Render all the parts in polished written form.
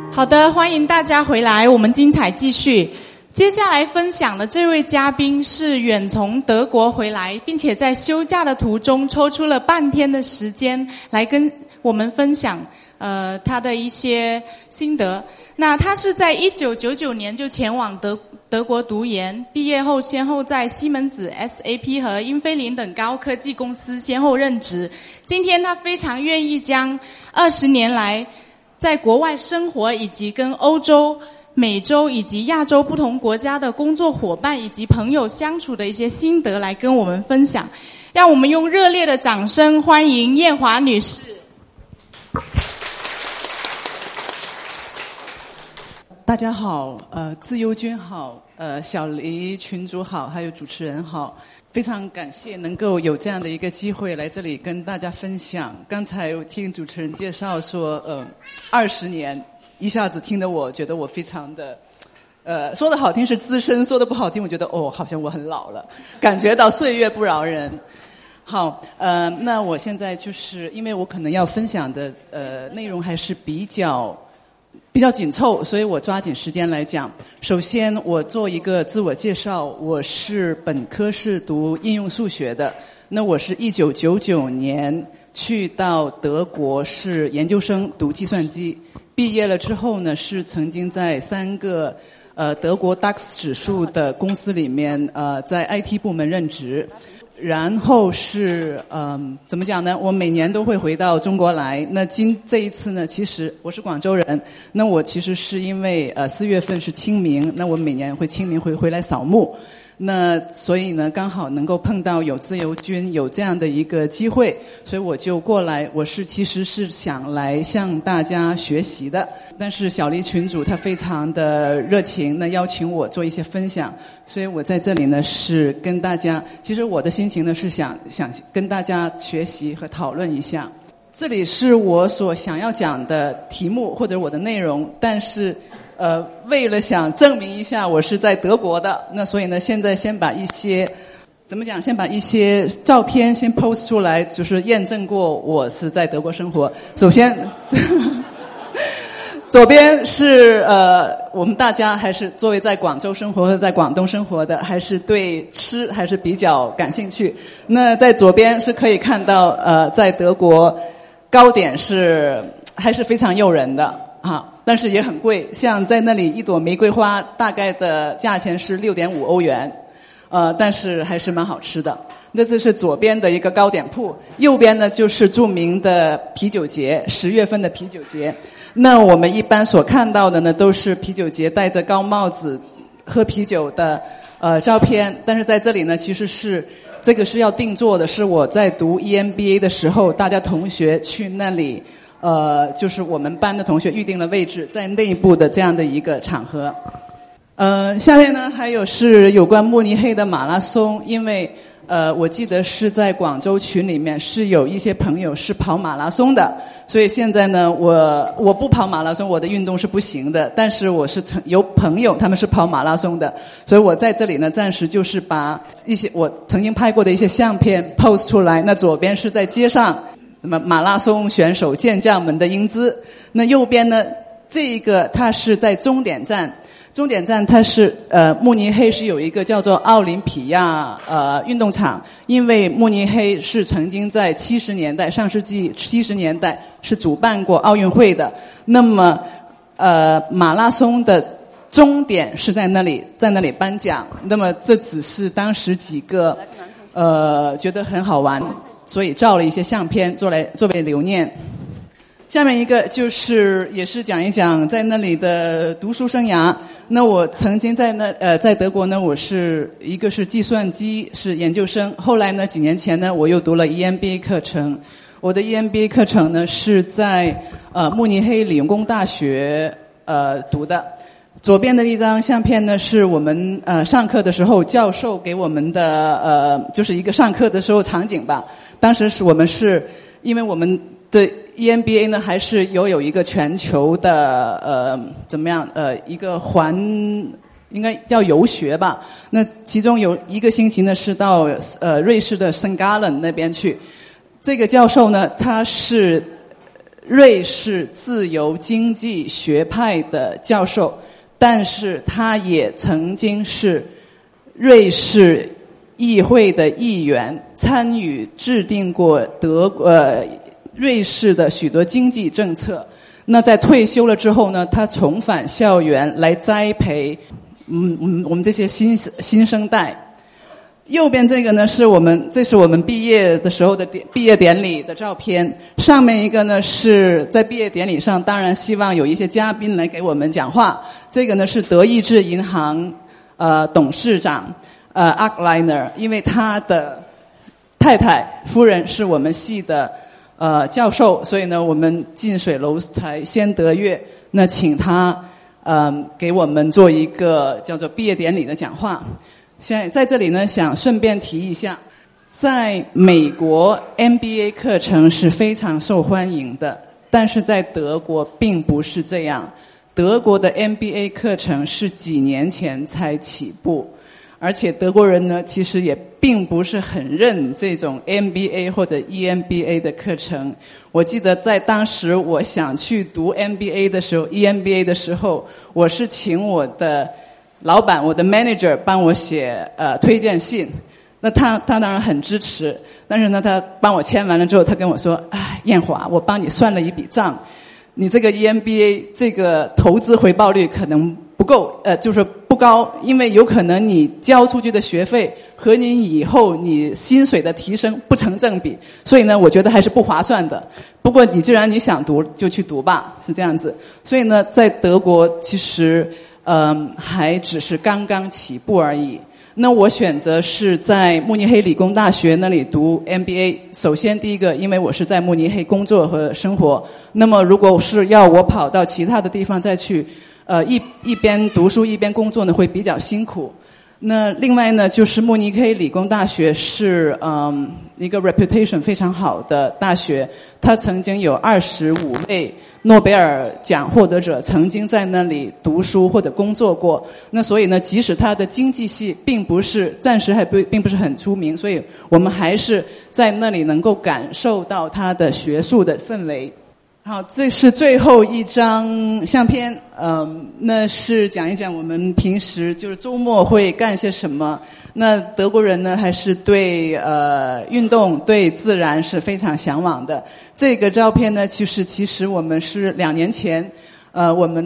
好的，欢迎大家回来，我们精彩继续。接下来分享的这位嘉宾是远从德国回来，并且在休假的途中抽出了半天的时间来跟我们分享他的一些心得。那他是在1999年就前往德国读研，毕业后先后在西门子、SAP 和英飞凌等高科技公司先后任职。今天他非常愿意将20年来在国外生活以及跟欧洲、美洲以及亚洲不同国家的工作伙伴以及朋友相处的一些心得来跟我们分享。让我们用热烈的掌声欢迎燕华女士。 大家好，自由军好，小黎群主好，还有主持人好，非常感谢能够有这样的一个机会来这里跟大家分享。刚才我听主持人介绍说，20年，一下子听得我觉得我非常的，说的好听是资深，说的不好听我觉得好像我很老了，感觉到岁月不饶人。好，那我现在就是因为我可能要分享的内容还是比较紧凑，所以我抓紧时间来讲。首先我做一个自我介绍，我是本科是读应用数学的，那我是1999年去到德国是研究生读计算机，毕业了之后呢是曾经在3个德国 DAX 指数的公司里面在 IT 部门任职。然后是怎么讲呢，我每年都会回到中国来。那这一次呢，其实我是广州人，那我其实是因为4月份是清明，那我每年会清明回来扫墓，那所以呢刚好能够碰到有自由军有这样的一个机会，所以我就过来。我其实是想来向大家学习的，但是小黎群主他非常的热情，那邀请我做一些分享，所以我在这里呢是跟大家，其实我的心情呢是想跟大家学习和讨论一下。这里是我所想要讲的题目或者我的内容，但是为了想证明一下我是在德国的，那所以呢现在先把一些先把一些照片先 post 出来，就是验证过我是在德国生活。首先左边是我们大家还是作为在广州生活或者在广东生活的，还是对吃还是比较感兴趣。那在左边是可以看到在德国糕点还是非常诱人的啊，但是也很贵，像在那里一朵玫瑰花大概的价钱是6.5欧元，但是还是蛮好吃的。那这是左边的一个糕点铺，右边呢就是著名的啤酒节，10月份的啤酒节。那我们一般所看到的呢都是啤酒节戴着高帽子喝啤酒的照片，但是在这里呢其实这个是要定做的，是我在读 EMBA 的时候大家同学去那里就是我们班的同学预定了位置，在内部的这样的一个场合。下面呢还有是有关慕尼黑的马拉松，因为我记得是在广州群里面是有一些朋友是跑马拉松的，所以现在呢我不跑马拉松，我的运动是不行的，但是我是有朋友他们是跑马拉松的，所以我在这里呢暂时就是把一些我曾经拍过的一些相片 post 出来。那左边是在街上马拉松选手健将们的英姿，那右边呢这个它是在终点站它是慕尼黑是有一个叫做奥林匹亚运动场，因为慕尼黑是曾经在70年代上世纪70年代是主办过奥运会的，那么马拉松的终点是在那里颁奖，那么这只是当时几个觉得很好玩，所以照了一些相片作为留念。下面一个也是讲一讲在那里的读书生涯。那我曾经在德国呢，我是一个是计算机是研究生，后来呢几年前呢我又读了 EMBA 课程。我的 EMBA 课程呢是在慕尼黑理工大学读的。左边的一张相片呢是我们上课的时候教授给我们的就是一个上课的时候场景吧。当时我们是因为我们的 EMBA 呢还是有一个全球的一个应该叫游学吧。那其中有一个星期呢是到瑞士的圣加仑那边去。这个教授呢他是瑞士自由经济学派的教授，但是他也曾经是瑞士议会的议员，参与制定过瑞士的许多经济政策。那在退休了之后呢，他重返校园来栽培我们这些新生代。右边这个呢这是我们毕业的时候的毕业典礼的照片，上面一个呢是在毕业典礼上，当然希望有一些嘉宾来给我们讲话。这个呢是德意志银行董事长Arkliner， 因为他的太太夫人是我们系的教授，所以呢我们近水楼台先得月，那请他给我们做一个叫做毕业典礼的讲话。现在在这里呢，想顺便提一下，在美国 MBA 课程是非常受欢迎的，但是在德国并不是这样。德国的 MBA 课程是几年前才起步，而且德国人呢，其实也并不是很认这种 MBA 或者 EMBA 的课程。我记得在当时我想去读 MBA 的时候 EMBA 的时候，我是请我的老板，我的 manager 帮我写推荐信。那他当然很支持，但是呢他帮我签完了之后，他跟我说，燕华，我帮你算了一笔账，你这个 EMBA 这个投资回报率可能不够，就是不高，因为有可能你交出去的学费和你以后你薪水的提升不成正比，所以呢我觉得还是不划算的。不过既然你想读就去读吧，是这样子。所以呢在德国其实还只是刚刚起步而已。那我选择是在慕尼黑理工大学那里读 MBA。首先第一个，因为我是在慕尼黑工作和生活，那么如果是要我跑到其他的地方再去一边读书一边工作呢，会比较辛苦。那另外呢，就是慕尼黑理工大学是一个 reputation 非常好的大学，它曾经有25位诺贝尔奖获得者曾经在那里读书或者工作过。那所以呢，即使它的经济系暂时并不是很出名，所以我们还是在那里能够感受到它的学术的氛围。好，这是最后一张相片，那是讲一讲我们平时就是周末会干些什么。那德国人呢，还是对运动、对自然是非常向往的。这个照片呢，其实我们是2年前，我们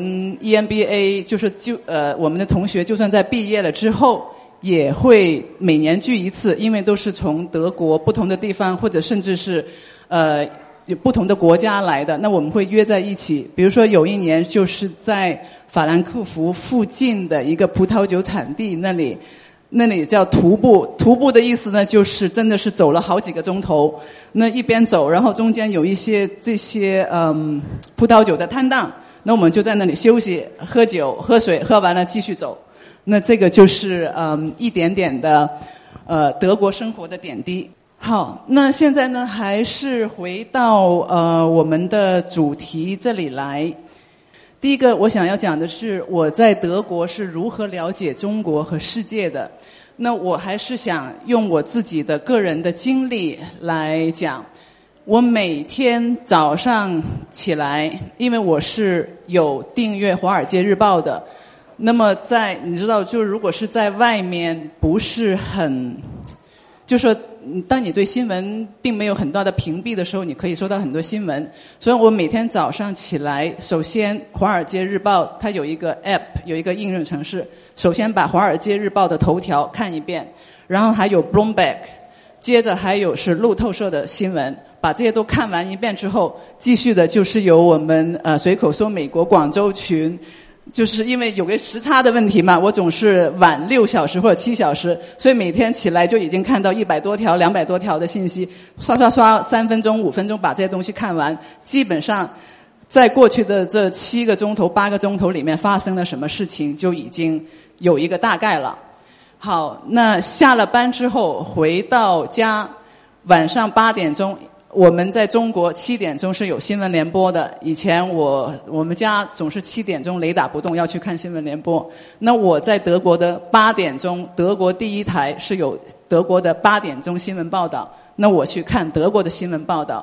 EMBA 我们的同学就算在毕业了之后，也会每年聚一次，因为都是从德国不同的地方，或者甚至是有不同的国家来的，那我们会约在一起。比如说有一年就是在法兰克福附近的一个葡萄酒产地那里叫徒步的意思呢，就是真的是走了好几个钟头，那一边走，然后中间有一些这些葡萄酒的摊档，那我们就在那里休息、喝酒、喝水，喝完了继续走。那这个就是一点点的德国生活的点滴。好，那现在呢，还是回到我们的主题这里来。第一个我想要讲的是我在德国是如何了解中国和世界的。那我还是想用我自己的个人的经历来讲。我每天早上起来，因为我是有订阅《华尔街日报》的，那么你知道，就是如果是在外面不是很，就是说当你对新闻并没有很大的屏蔽的时候，你可以收到很多新闻。所以我每天早上起来，首先《华尔街日报》它有一个 app， 有一个应用程式，首先把《华尔街日报》的头条看一遍，然后还有 Bloomberg， 接着还有是路透社的新闻，把这些都看完一遍之后，继续的就是由我们随口说美国广州群。就是因为有个时差的问题嘛，我总是晚6小时或者7小时，所以每天起来就已经看到100多条、200多条的信息，刷3分钟、5分钟把这些东西看完。基本上在过去的这7个钟头、8个钟头里面发生了什么事情，就已经有一个大概了。好，那下了班之后回到家，晚上8点钟。我们在中国7点钟是有新闻联播的，以前我们家总是7点钟雷打不动要去看新闻联播。那我在德国的8点钟，德国第一台是有德国的8点钟新闻报道，那我去看德国的新闻报道。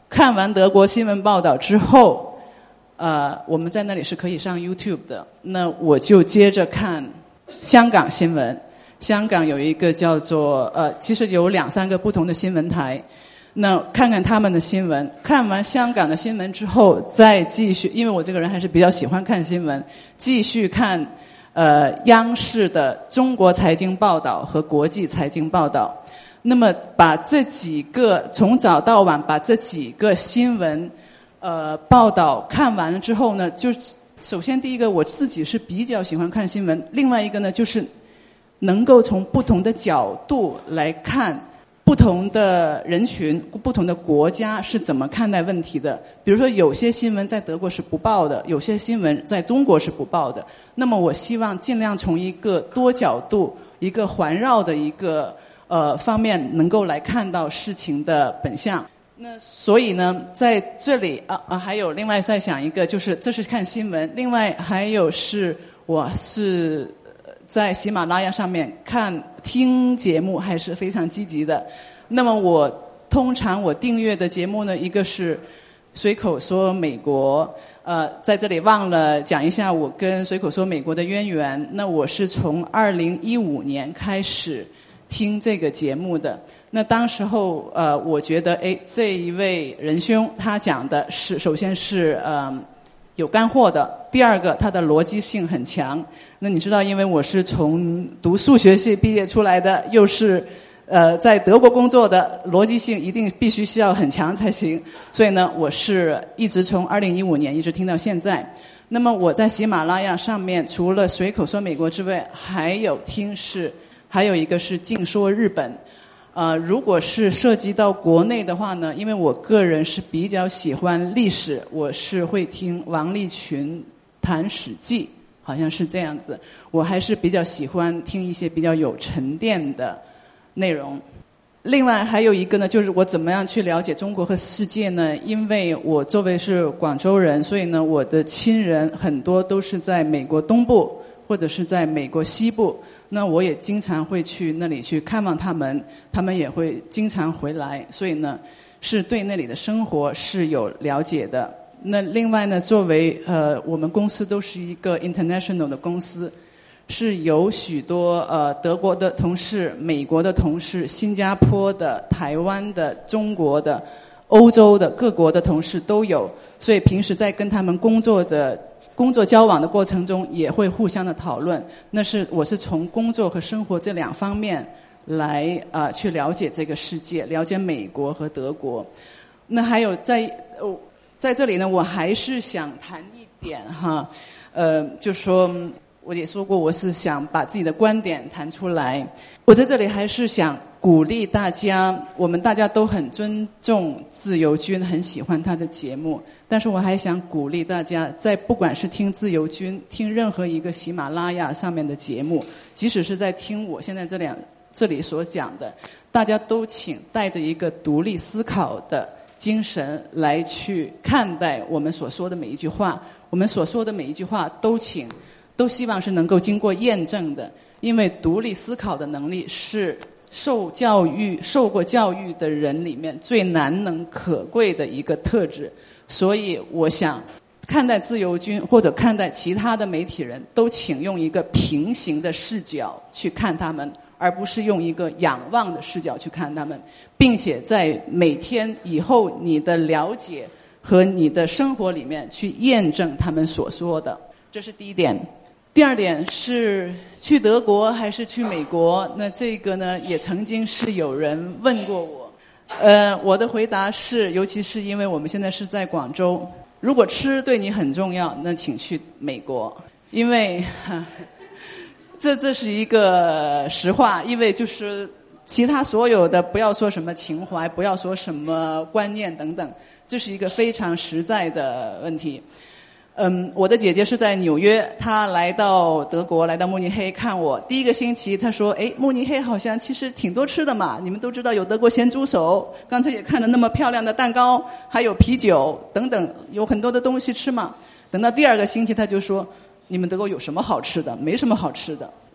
看完德国新闻报道之后，我们在那里是可以上 YouTube 的，那我就接着看香港新闻。香港有一个叫做其实有2-3个不同的新闻台，那看看他们的新闻，看完香港的新闻之后，再继续，因为我这个人还是比较喜欢看新闻，继续看央视的中国财经报道和国际财经报道。那么把这几个从早到晚把这几个新闻报道看完了之后呢，就首先第一个我自己是比较喜欢看新闻，另外一个呢就是能够从不同的角度来看不同的人群、不同的国家是怎么看待问题的。比如说有些新闻在德国是不报的，有些新闻在中国是不报的，那么我希望尽量从一个多角度、一个环绕的一个方面能够来看到事情的本相。那所以呢，在这里还有另外再想一个，就是这是看新闻，另外还有是我是在喜马拉雅上面听节目还是非常积极的。那么通常我订阅的节目呢，一个是随口说美国，在这里忘了讲一下我跟随口说美国的渊源。那我是从2015年开始听这个节目的。那当时候我觉得这一位仁兄他讲的是首先是有干货的，第二个他的逻辑性很强。那你知道因为我是从读数学系毕业出来的，又是在德国工作的，逻辑性一定必须需要很强才行。所以呢我是一直从2015年一直听到现在。那么我在喜马拉雅上面除了随口说美国之外，还有一个是净说日本。如果是涉及到国内的话呢，因为我个人是比较喜欢历史，我是会听王立群谈史记，好像是这样子。我还是比较喜欢听一些比较有沉淀的内容。另外还有一个呢，就是我怎么样去了解中国和世界呢？因为我作为是广州人，所以呢我的亲人很多都是在美国东部或者是在美国西部，那我也经常会去那里去看望他们，他们也会经常回来，所以呢是对那里的生活是有了解的。那另外呢，作为我们公司都是一个 international 的公司，是有许多德国的同事、美国的同事、新加坡的、台湾的、中国的、欧洲的各国的同事都有，所以平时在跟他们工作交往的过程中也会互相的讨论。我是从工作和生活这2方面来去了解这个世界，了解美国和德国。那还有在这里呢，我还是想谈一点就说我也说过，我是想把自己的观点谈出来。我在这里还是想鼓励大家，我们大家都很尊重自由军，很喜欢他的节目，但是我还想鼓励大家，在不管是听自由军，听任何一个喜马拉雅上面的节目，即使是在听我现在这里所讲的，大家都请带着一个独立思考的精神来去看待我们所说的每一句话。我们所说的每一句话都希望是能够经过验证的，因为独立思考的能力是受过教育的人里面最难能可贵的一个特质。所以我想看待自由军或者看待其他的媒体人，都请用一个平行的视角去看他们，而不是用一个仰望的视角去看他们，并且在每天以后你的了解和你的生活里面去验证他们所说的。这是第一点。第二点是去德国还是去美国，那这个呢也曾经是有人问过我。我的回答是，尤其是因为我们现在是在广州，如果吃对你很重要，那请去美国。因为这是一个实话，因为就是其他所有的不要说什么情怀，不要说什么观念等等，这是一个非常实在的问题。我的姐姐是在纽约，她来到德国，来到慕尼黑看我。第一个星期她说，慕尼黑好像其实挺多吃的嘛，你们都知道有德国咸猪手，刚才也看了那么漂亮的蛋糕，还有啤酒等等，有很多的东西吃嘛。等到第2个星期她就说，你们德国有什么好吃的？没什么好吃的。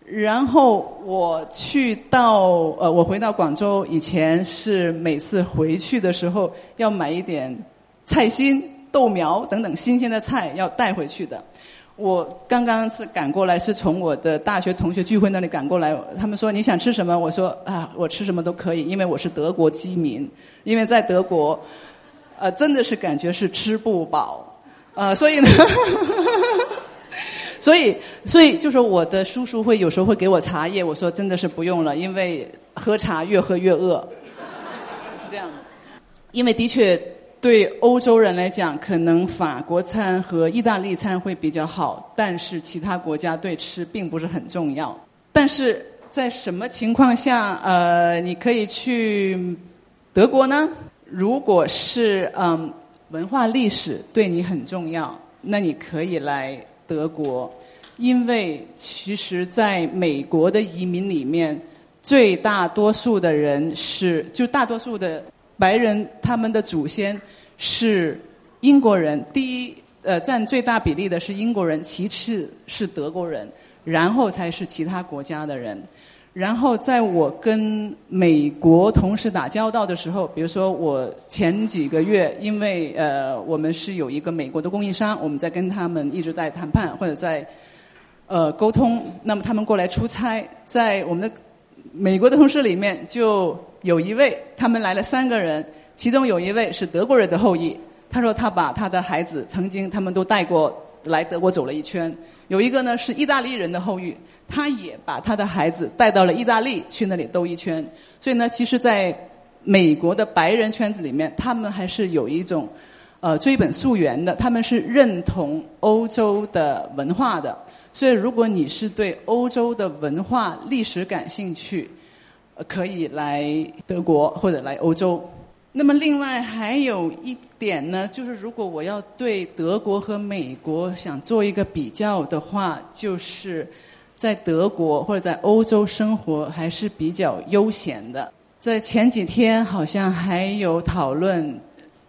然后我回到广州以前是每次回去的时候要买一点菜心、豆苗等等新鲜的菜要带回去的。我刚刚是赶过来，是从我的大学同学聚会那里赶过来。他们说你想吃什么？我说我吃什么都可以，因为我是德国基民。因为在德国，真的是感觉是吃不饱，所以呢，所以就是我的叔叔有时候会给我茶叶，我说真的是不用了，因为喝茶越喝越饿，是这样的。因为的确。对欧洲人来讲，可能法国餐和意大利餐会比较好，但是其他国家对吃并不是很重要。但是在什么情况下你可以去德国呢？如果是文化历史对你很重要，那你可以来德国。因为其实在美国的移民里面，最大多数的人大多数的白人，他们的祖先是英国人，占最大比例的是英国人，其次是德国人，然后才是其他国家的人。然后在我跟美国同事打交道的时候，比如说我前几个月，因为我们是有一个美国的供应商，我们在跟他们一直在谈判或者在沟通，那么他们过来出差，在我们的美国的同事里面就有一位，他们来了3个人，其中有一位是德国人的后裔，他说他把他的孩子曾经他们都带过来德国走了一圈。有一个呢是意大利人的后裔，他也把他的孩子带到了意大利去那里兜一圈。所以呢，其实在美国的白人圈子里面，他们还是有一种追本溯源的，他们是认同欧洲的文化的。所以如果你是对欧洲的文化历史感兴趣，可以来德国或者来欧洲。那么另外还有一点呢，就是如果我要对德国和美国想做一个比较的话，就是在德国或者在欧洲生活还是比较悠闲的。在前几天好像还有讨论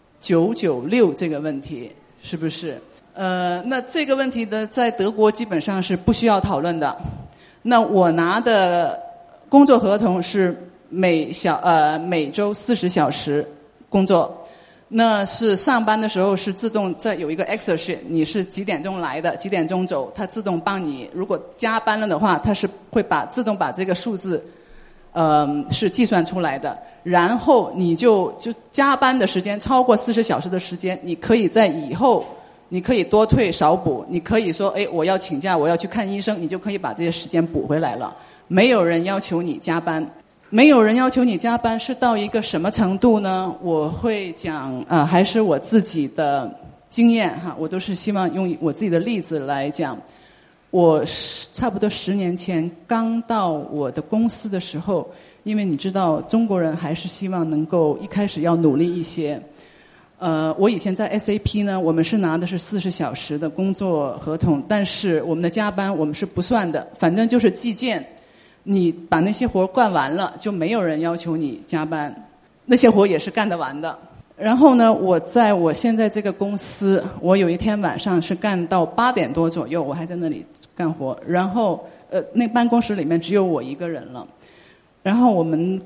996这个问题，是不是？那这个问题呢，在德国基本上是不需要讨论的。那我拿的工作合同是每周40小时工作，那是上班的时候是自动有一个 Excel sheet， 你是几点钟来的，几点钟走，它自动帮你。如果加班了的话，它是会自动把这个数字是计算出来的。然后你就加班的时间超过40小时的时间，你可以在以后你可以多退少补，你可以说我要请假，我要去看医生，你就可以把这些时间补回来了。没有人要求你加班。没有人要求你加班是到一个什么程度呢？我会讲还是我自己的经验哈，我都是希望用我自己的例子来讲。我差不多10年前刚到我的公司的时候，因为你知道中国人还是希望能够一开始要努力一些。我以前在 SAP 呢，我们是拿的是40小时的工作合同，但是我们的加班我们是不算的，反正就是计件。你把那些活干完了，就没有人要求你加班，那些活也是干得完的。然后呢，我在我现在这个公司，我有一天晚上是干到8点多左右，我还在那里干活。然后那办公室里面只有我一个人了。然后我们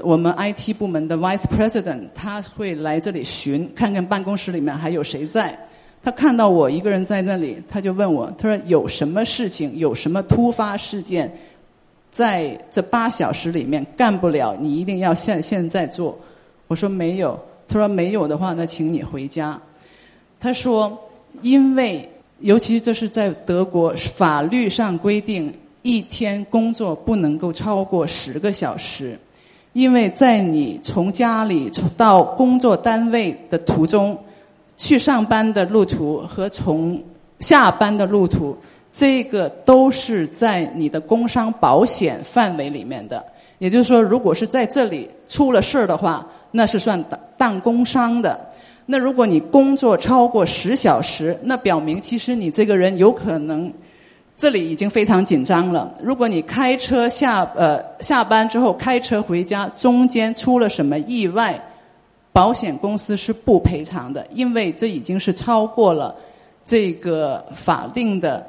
IT 部门的 Vice President 他会来这里看看办公室里面还有谁在。他看到我一个人在那里，他就问我，他说有什么事情，有什么突发事件在这8小时里面干不了，你一定要现在做。我说没有。他说没有的话，那请你回家。他说因为尤其这是在德国法律上规定一天工作不能够超过10个小时，因为在你从家里到工作单位的途中，去上班的路途和从下班的路途，这个都是在你的工伤保险范围里面的。也就是说，如果是在这里出了事的话，那是算当工伤的。那如果你工作超过10小时，那表明其实你这个人有可能这里已经非常紧张了。如果你开车下班之后开车回家，中间出了什么意外，保险公司是不赔偿的，因为这已经是超过了这个法定的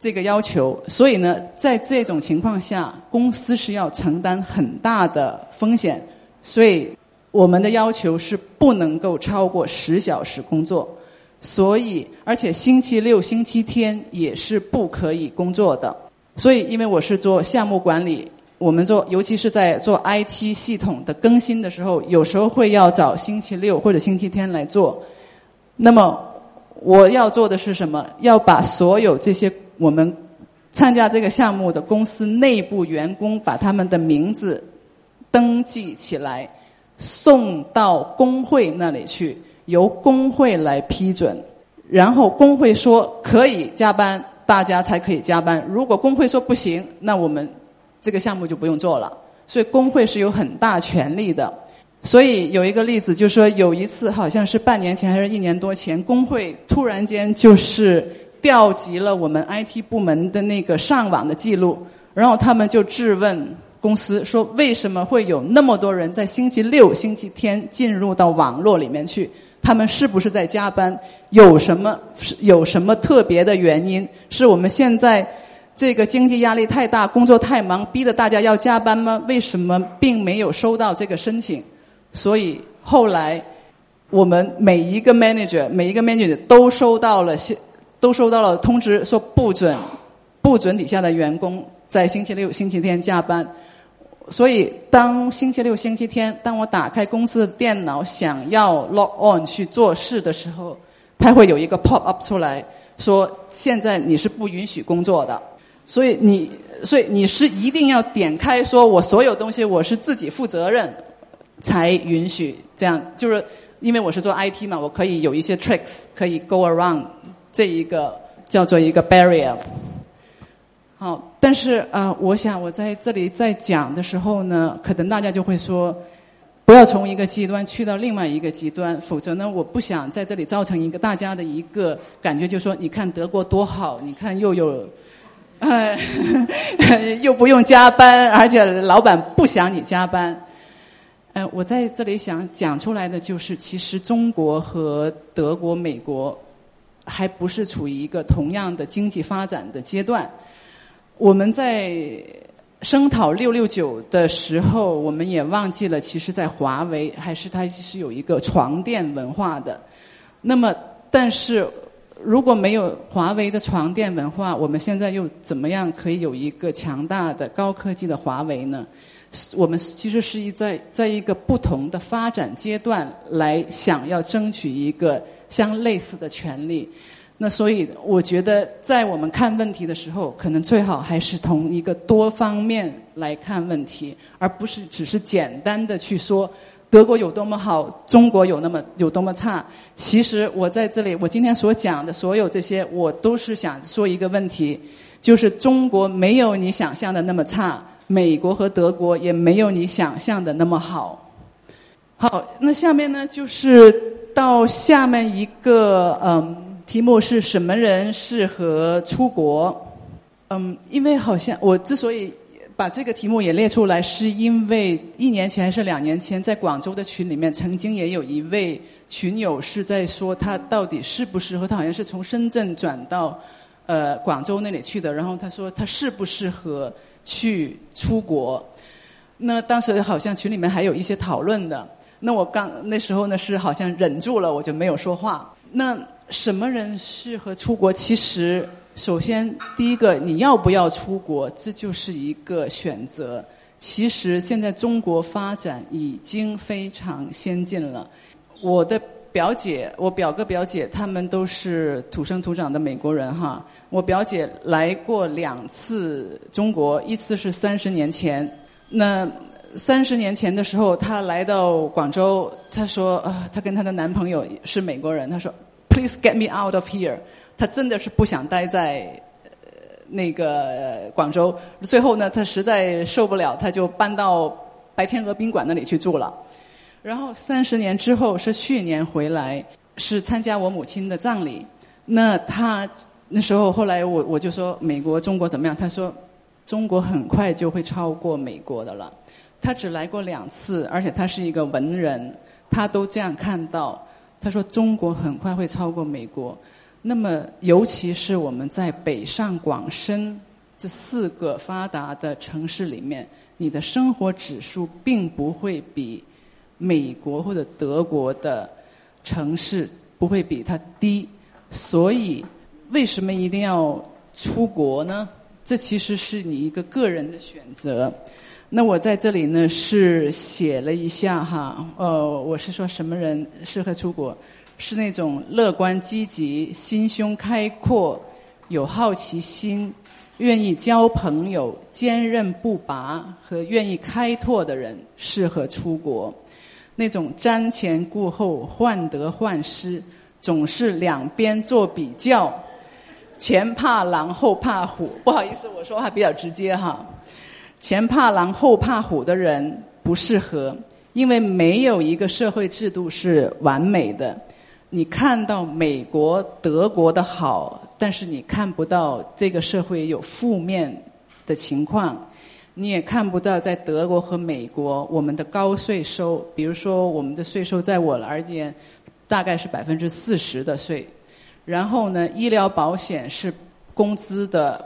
这个要求，所以呢，在这种情况下，公司是要承担很大的风险，所以我们的要求是不能够超过10小时工作，所以而且星期六、星期天也是不可以工作的。所以，因为我是做项目管理，我们尤其是在做 IT 系统的更新的时候，有时候会要找星期六或者星期天来做。那么我要做的是什么？要把所有这些我们参加这个项目的公司内部员工，把他们的名字登记起来，送到工会那里去，由工会来批准。然后工会说可以加班，大家才可以加班。如果工会说不行，那我们这个项目就不用做了。所以工会是有很大权力的。所以有一个例子，就是说有一次好像是半年前还是1年多前，工会突然间就是调集了我们 IT 部门的那个上网的记录，然后他们就质问公司说，为什么会有那么多人在星期六、星期天进入到网络里面去？他们是不是在加班？有什么特别的原因？是我们现在这个经济压力太大，工作太忙，逼得大家要加班吗？为什么并没有收到这个申请？所以后来我们每一个 manager 都收到了通知，说不准底下的员工在星期六、星期天加班。所以当星期六、星期天，当我打开公司的电脑想要 log on 去做事的时候，它会有一个 pop up 出来，说现在你是不允许工作的。所以你是一定要点开，说我所有东西我是自己负责任才允许。这样就是因为我是做 IT 嘛，我可以有一些 tricks 可以 go around 这一个叫做一个 barrier。好，但是我想我在这里在讲的时候呢，可能大家就会说，不要从一个极端去到另外一个极端，否则呢，我不想在这里造成大家的一个感觉，就是说，你看德国多好，你看又有，又不用加班，而且老板不想你加班。我在这里想讲出来的就是，其实中国和德国、美国还不是处于一个同样的经济发展的阶段。我们在声讨669的时候，我们也忘记了，其实在华为它是有一个床垫文化的。那么，但是如果没有华为的床垫文化，我们现在又怎么样可以有一个强大的高科技的华为呢？我们其实是在一个不同的发展阶段来想要争取一个相类似的权利。那所以我觉得在我们看问题的时候，可能最好还是从一个多方面来看问题，而不是只是简单的去说德国有多么好，中国有多么差。其实我在这里，我今天所讲的所有这些，我都是想说一个问题，就是中国没有你想象的那么差，美国和德国也没有你想象的那么好。好，那下面呢，就是到下面一个题目是什么人适合出国？因为好像我之所以把这个题目也列出来，是因为1年前还是2年前，在广州的群里面，曾经也有一位群友是在说他到底适不适合，他好像是从深圳转到广州那里去的，然后他说他适不适合去出国。那当时好像群里面还有一些讨论的，那我那时候呢是好像忍住了，我就没有说话。那什么人适合出国？其实首先第一个，你要不要出国，这就是一个选择。其实现在中国发展已经非常先进了。我的表姐，我表哥表姐他们都是土生土长的美国人哈。我表姐来过2次中国，一次是30年前。那30年前的时候，她来到广州，她说她跟她的男朋友是美国人，她说 Please get me out of here。她真的是不想待在那个广州。最后呢，她实在受不了，她就搬到白天鹅宾馆那里去住了。然后30年之后，是去年回来，是参加我母亲的葬礼。那她那时候后来我就说美国中国怎么样？她说中国很快就会超过美国的了。她只来过2次，而且她是一个文人，她都这样看到。她说中国很快会超过美国。 那么尤其是我们在北上广深这4个发达的城市里面，你的生活指数并不会比美国或者德国的城市不会比它低。所以为什么一定要出国呢？这其实是你一个个人的选择。那我在这里呢是写了一下哈，我是说什么人适合出国，是那种乐观积极、心胸开阔、有好奇心、愿意交朋友、坚韧不拔和愿意开拓的人适合出国。那种瞻前顾后、患得患失，总是两边做比较，前怕狼后怕虎，不好意思我说话比较直接哈，前怕狼后怕虎的人不适合，因为没有一个社会制度是完美的。你看到美国、德国的好，但是你看不到这个社会有负面的情况，你也看不到在德国和美国我们的高税收，比如说我们的税收在我而言大概是40%的税，然后呢，医疗保险是工资的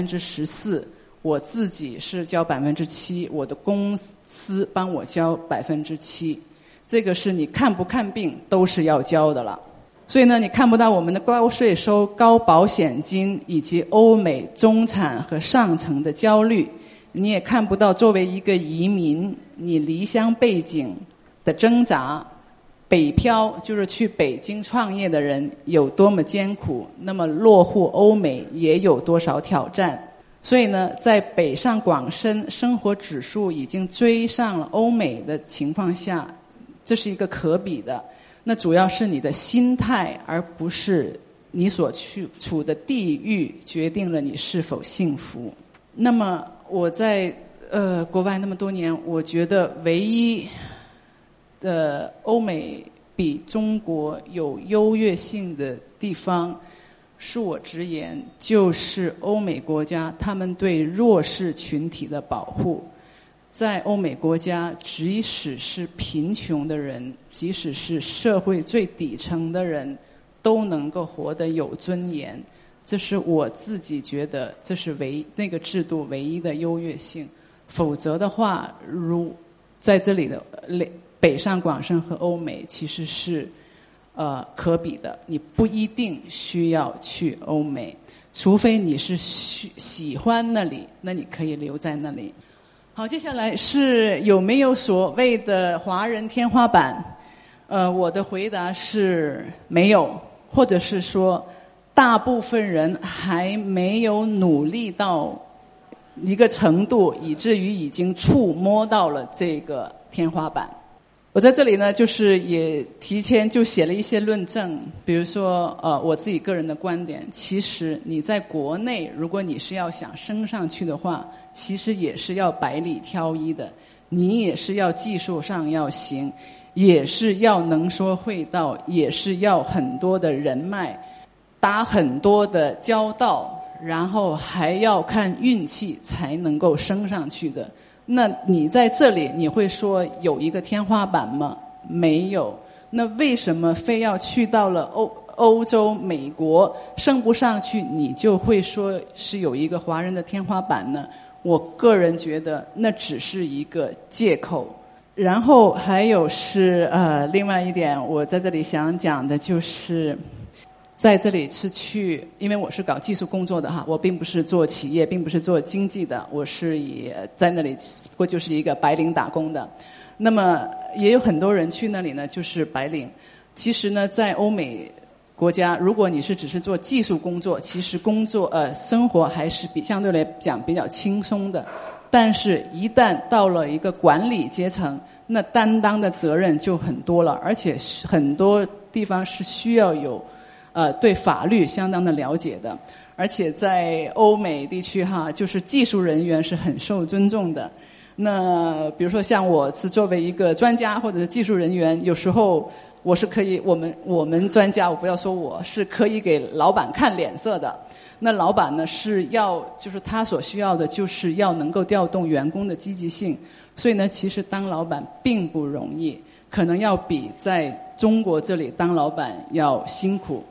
14%，我自己是交7%，我的公司帮我交7%，这个是你看不看病都是要交的了。所以呢，你看不到我们的高税收、高保险金以及欧美中产和上层的焦虑，你也看不到作为一个移民，你离乡背井的挣扎，北漂就是去北京创业的人有多么艰苦，那么落户欧美也有多少挑战。所以呢，在北上广深生活指数已经追上了欧美的情况下，这是一个可比的。那主要是你的心态，而不是你所处的地域决定了你是否幸福。那么我在国外那么多年，我觉得唯一的欧美比中国有优越性的地方，恕我直言，就是欧美国家他们对弱势群体的保护。在欧美国家，即使是贫穷的人，即使是社会最底层的人，都能够活得有尊严。这是我自己觉得这是那个制度唯一的优越性。否则的话，如在这里的北上广深和欧美其实是可比的。你不一定需要去欧美，除非你是喜欢那里，那你可以留在那里。好，接下来是有没有所谓的华人天花板？我的回答是没有，或者是说大部分人还没有努力到一个程度，以至于已经触摸到了这个天花板。我在这里呢，就是也提前就写了一些论证，比如说我自己个人的观点，其实你在国内，如果你是要想升上去的话，其实也是要百里挑一的，你也是要技术上要行，也是要能说会道，也是要很多的人脉，打很多的交道，然后还要看运气才能够升上去的。那你在这里你会说有一个天花板吗？没有。那为什么非要去到了欧洲美国升不上去，你就会说是有一个华人的天花板呢？我个人觉得那只是一个借口。然后还有是另外一点，我在这里想讲的就是在这里是因为我是搞技术工作的哈，我并不是做企业，并不是做经济的，我是在那里不过就是一个白领打工的。那么也有很多人去那里呢，就是白领。其实呢，在欧美国家，如果你是只是做技术工作，其实生活还是相对来讲比较轻松的。但是一旦到了一个管理阶层，那担当的责任就很多了，而且很多地方是需要有对法律相当的了解的。而且在欧美地区哈，就是技术人员是很受尊重的。那比如说像我是作为一个专家或者是技术人员，有时候我是可以，我们专家，我不要说我是可以给老板看脸色的。那老板呢就是他所需要的就是要能够调动员工的积极性。所以呢，其实当老板并不容易，可能要比在中国这里当老板要辛苦。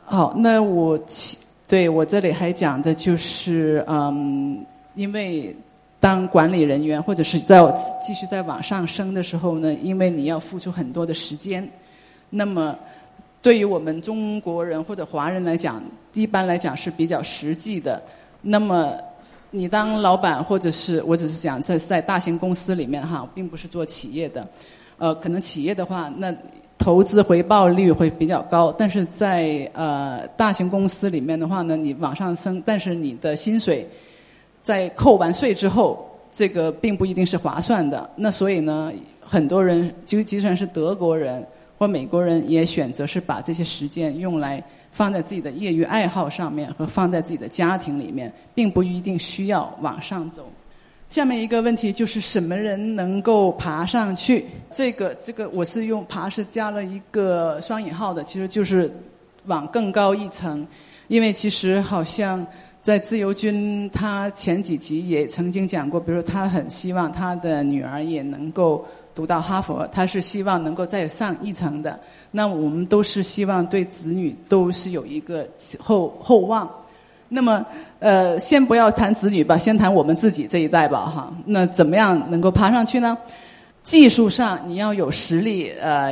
好，那我这里还讲的就是因为当管理人员或者是继续在往上升的时候呢，因为你要付出很多的时间，那么对于我们中国人或者华人来讲，一般来讲是比较实际的。那么你当老板，或者是我只是讲在大型公司里面哈，并不是做企业的，可能企业的话，那投资回报率会比较高，但是在大型公司里面的话呢，你往上升，但是你的薪水在扣完税之后，这个并不一定是划算的。那所以呢，很多人就即使是德国人或美国人，也选择是把这些时间用来放在自己的业余爱好上面，和放在自己的家庭里面，并不一定需要往上走。下面一个问题就是什么人能够爬上去？这个我是用爬是加了一个双引号的，其实就是往更高一层。因为其实好像在自由军他前几集也曾经讲过，比如说他很希望他的女儿也能够读到哈佛，他是希望能够再上一层的。那我们都是希望对子女都是有一个厚望。那么先不要谈子女吧，先谈我们自己这一代吧哈。那怎么样能够爬上去呢？技术上你要有实力，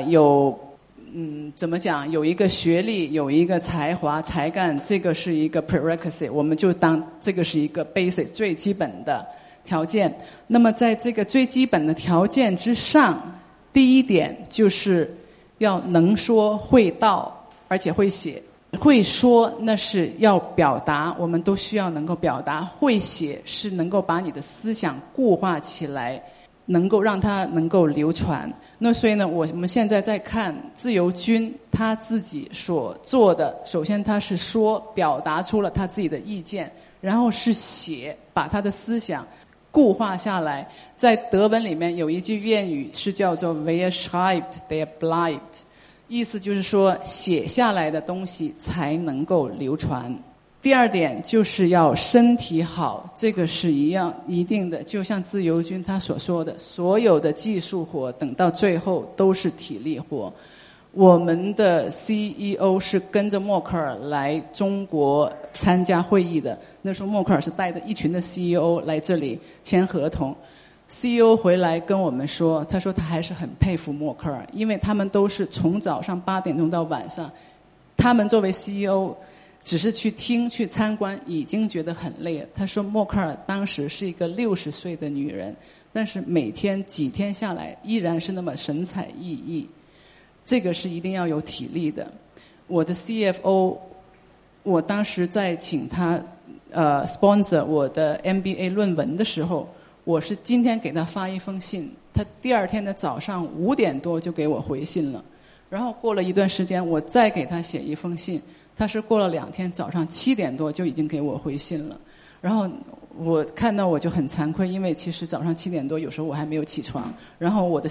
怎么讲？有一个学历，有一个才华、才干，这个是一个 prerequisite， 我们就当这个是一个 basic 最基本的条件。那么在这个最基本的条件之上，第一点就是要能说会道，而且会写。会说那是要表达，我们都需要能够表达。会写是能够把你的思想固化起来，能够让它能够流传。那所以呢，我们现在在看自由军他自己所做的，首先他是说表达出了他自己的意见，然后是写，把他的思想固化下来。在德文里面有一句谚语是叫做 Wer schreibt, der bleibt，意思就是说写下来的东西才能够流传。第二点就是要身体好，这个是一定的，就像自由军他所说的，所有的技术活等到最后都是体力活。我们的 CEO 是跟着默克尔来中国参加会议的，那时候默克尔是带着一群的 CEO 来这里签合同。CEO 回来跟我们说，他说他还是很佩服默克尔，因为他们都是从早上8点钟到晚上，他们作为 CEO 只是去听去参观已经觉得很累了。他说默克尔当时是一个60岁的女人，但是每天几天下来依然是那么神采奕奕，这个是一定要有体力的。我的 CFO 我当时在请他sponsor 我的 MBA 论文的时候，我是今天给他发一封信，他第二天的早上5点多就给我回信了。然后过了一段时间我再给他写一封信，他是过了2天早上7点多就已经给我回信了。然后我看到我就很惭愧，因为其实早上7点多有时候我还没有起床，然后我的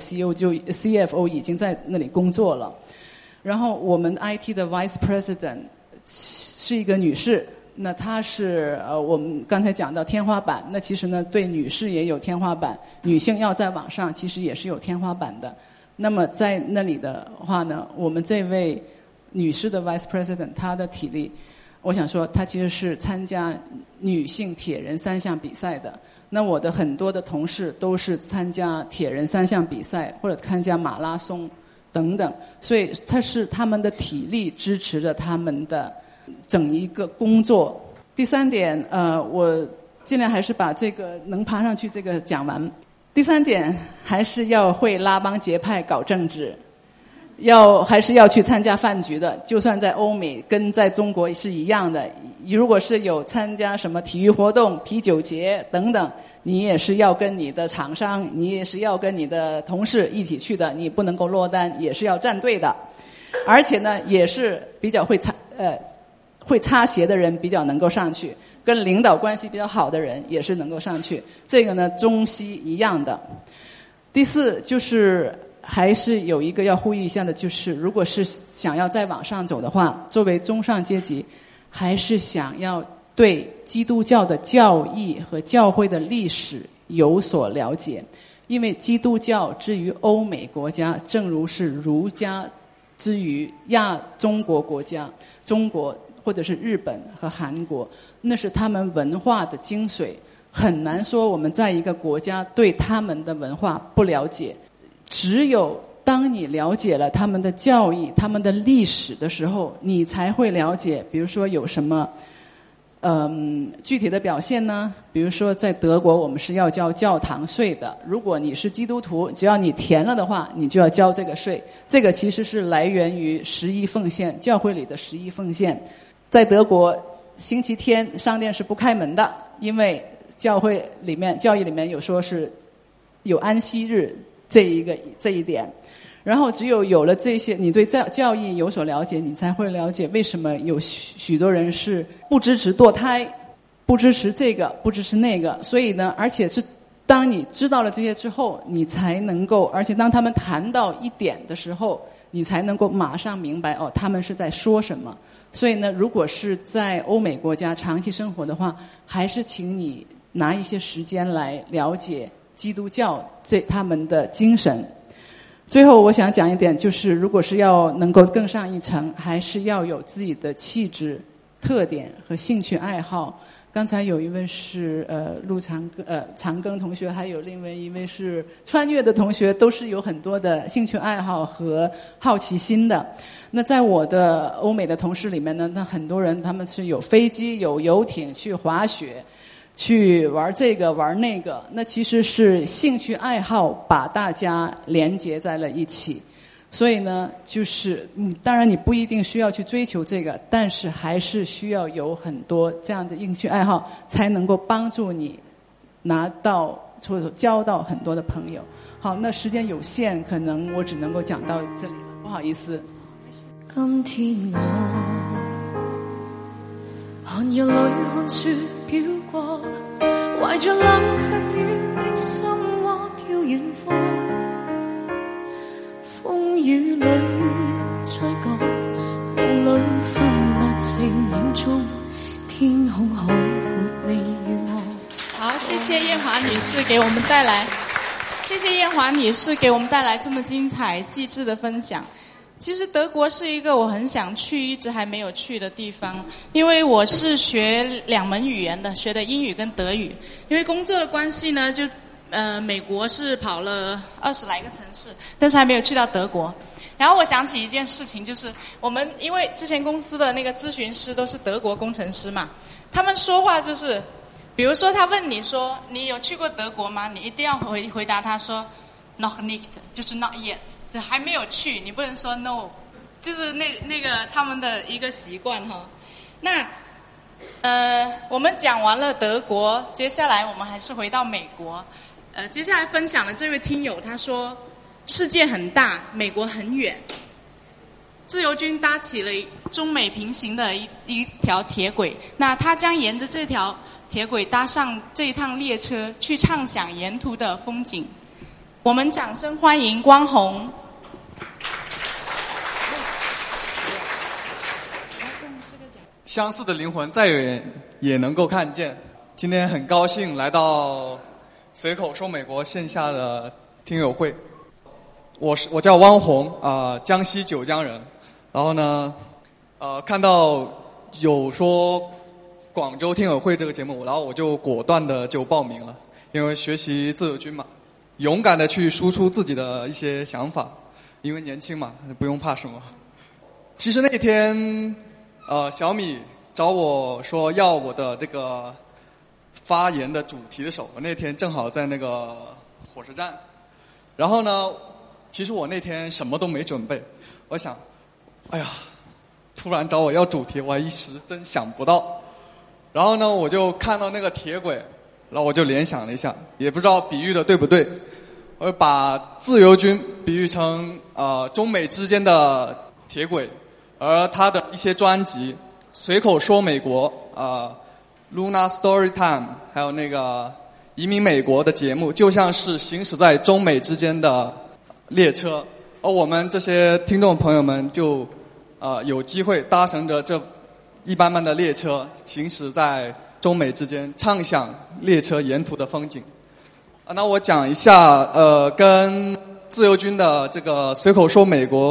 CFO 已经在那里工作了。然后我们 IT 的 Vice President 是一个女士，那她是我们刚才讲到天花板，那其实呢对女士也有天花板，女性要在网上其实也是有天花板的。那么在那里的话呢，我们这位女士的 Vice President 她的体力，我想说她其实是参加女性铁人3项比赛的。那我的很多的同事都是参加铁人3项比赛或者参加马拉松等等，所以他们的体力支持着他们的整一个工作。第三点我尽量还是把这个能爬上去这个讲完。第三点还是要会拉帮结派搞政治，还是要去参加饭局的，就算在欧美跟在中国是一样的。如果是有参加什么体育活动、啤酒节等等，你也是要跟你的厂商，你也是要跟你的同事一起去的，你不能够落单，也是要站队的。而且呢也是比较会擦鞋的人比较能够上去，跟领导关系比较好的人也是能够上去，这个呢中西一样的。第四就是还是有一个要呼吁一下的，就是如果是想要再往上走的话，作为中上阶级还是想要对基督教的教义和教会的历史有所了解。因为基督教之于欧美国家，正如是儒家至于中国国家，中国或者是日本和韩国，那是他们文化的精髓，很难说我们在一个国家对他们的文化不了解。只有当你了解了他们的教义、他们的历史的时候，你才会了解，比如说有什么具体的表现呢？比如说在德国我们是要交教堂税的，如果你是基督徒，只要你填了的话，你就要交这个税。这个其实是来源于11奉献，教会里的11奉献。在德国星期天商店是不开门的，因为教义里面有说是有安息日这一点。然后只有了这些，你对教义有所了解，你才会了解为什么有许多人是不支持堕胎，不支持这个，不支持那个。所以呢，而且是当你知道了这些之后，你才能够，而且当他们谈到一点的时候，你才能够马上明白他们是在说什么。所以呢，如果是在欧美国家长期生活的话，还是请你拿一些时间来了解基督教他们的精神。最后我想讲一点，就是如果是要能够更上一层，还是要有自己的气质、特点和兴趣爱好。刚才有一位是长庚同学，还有另外一位是穿越的同学，都是有很多的兴趣爱好和好奇心的。那在我的欧美的同事里面呢，那很多人他们是有飞机、有游艇去滑雪，去玩这个玩那个，那其实是兴趣爱好把大家连结在了一起。所以呢，就是当然你不一定需要去追求这个，但是还是需要有很多这样的兴趣爱好，才能够帮助你拿到或者交到很多的朋友。好，那时间有限，可能我只能够讲到这里了，不好意思。 今天我寒夜里看雪飘過，懷着冷卻了的心窩飄遠方，風雨裏吹過，夢裏分不清影蹤，天空海闊你與我。 好，謝謝燕華女士給我們帶來，謝謝燕華女士給我們帶來這麼精彩細緻的分享。其實德國是一個我很想去一直還沒有去的地方，因為我是學2門語言的，學的英語跟德語。因為工作的關係呢，就美國是跑了20來個城市，但是還沒有去到德國。然後我想起一件事情，就是我們因為之前公司的那個諮詢師都是德國工程師嘛，他們說話就是比如說他問你說你有去過德國嗎，你一定要回答他說 Noch nicht， 就是 not yet，還沒有去，你不能說 no， 就是那個他們的一個習慣哈。那我們講完了德國，接下來我們還是回到美國。接下來分享的這位聽友他說，世界很大，美國很遠，自由軍搭起了中美平行的一條鐵軌，那他將沿着這條鐵軌搭上這一趟列車，去暢享沿途的風景。我們掌聲歡迎光弘。 相似的靈魂再遠也能夠看見。今天很高興來到隨口說美國線下的聽友會。我叫汪弘，江西九江人。然後呢，看到有說廣州聽友會這個節目，然後我就果斷的就報名了，因為學習自由軍嘛，勇敢的去輸出自己的一些想法，因為年輕嘛，不用怕什麼。其實那天小米找我說要我的這個發言的主題的時候，我那天正好在那個火車站。然後呢，其實我那天什麼都沒準備，我想哎呀，突然找我要主題，我一時真想不到。然後呢，我就看到那個鐵軌，然後我就聯想了一下，也不知道比喻的對不對，我把自由軍比喻成中美之間的鐵軌，而他的一些專輯隨口說美國Luna Story Time， 還有那個移民美國的節目，就像是行駛在中美之間的列車，而我們這些聽眾朋友們就有機會搭乘着這一般般的列車，行駛在中美之間，暢享列車沿途的風景。那我講一下跟自由軍的這個隨口說美國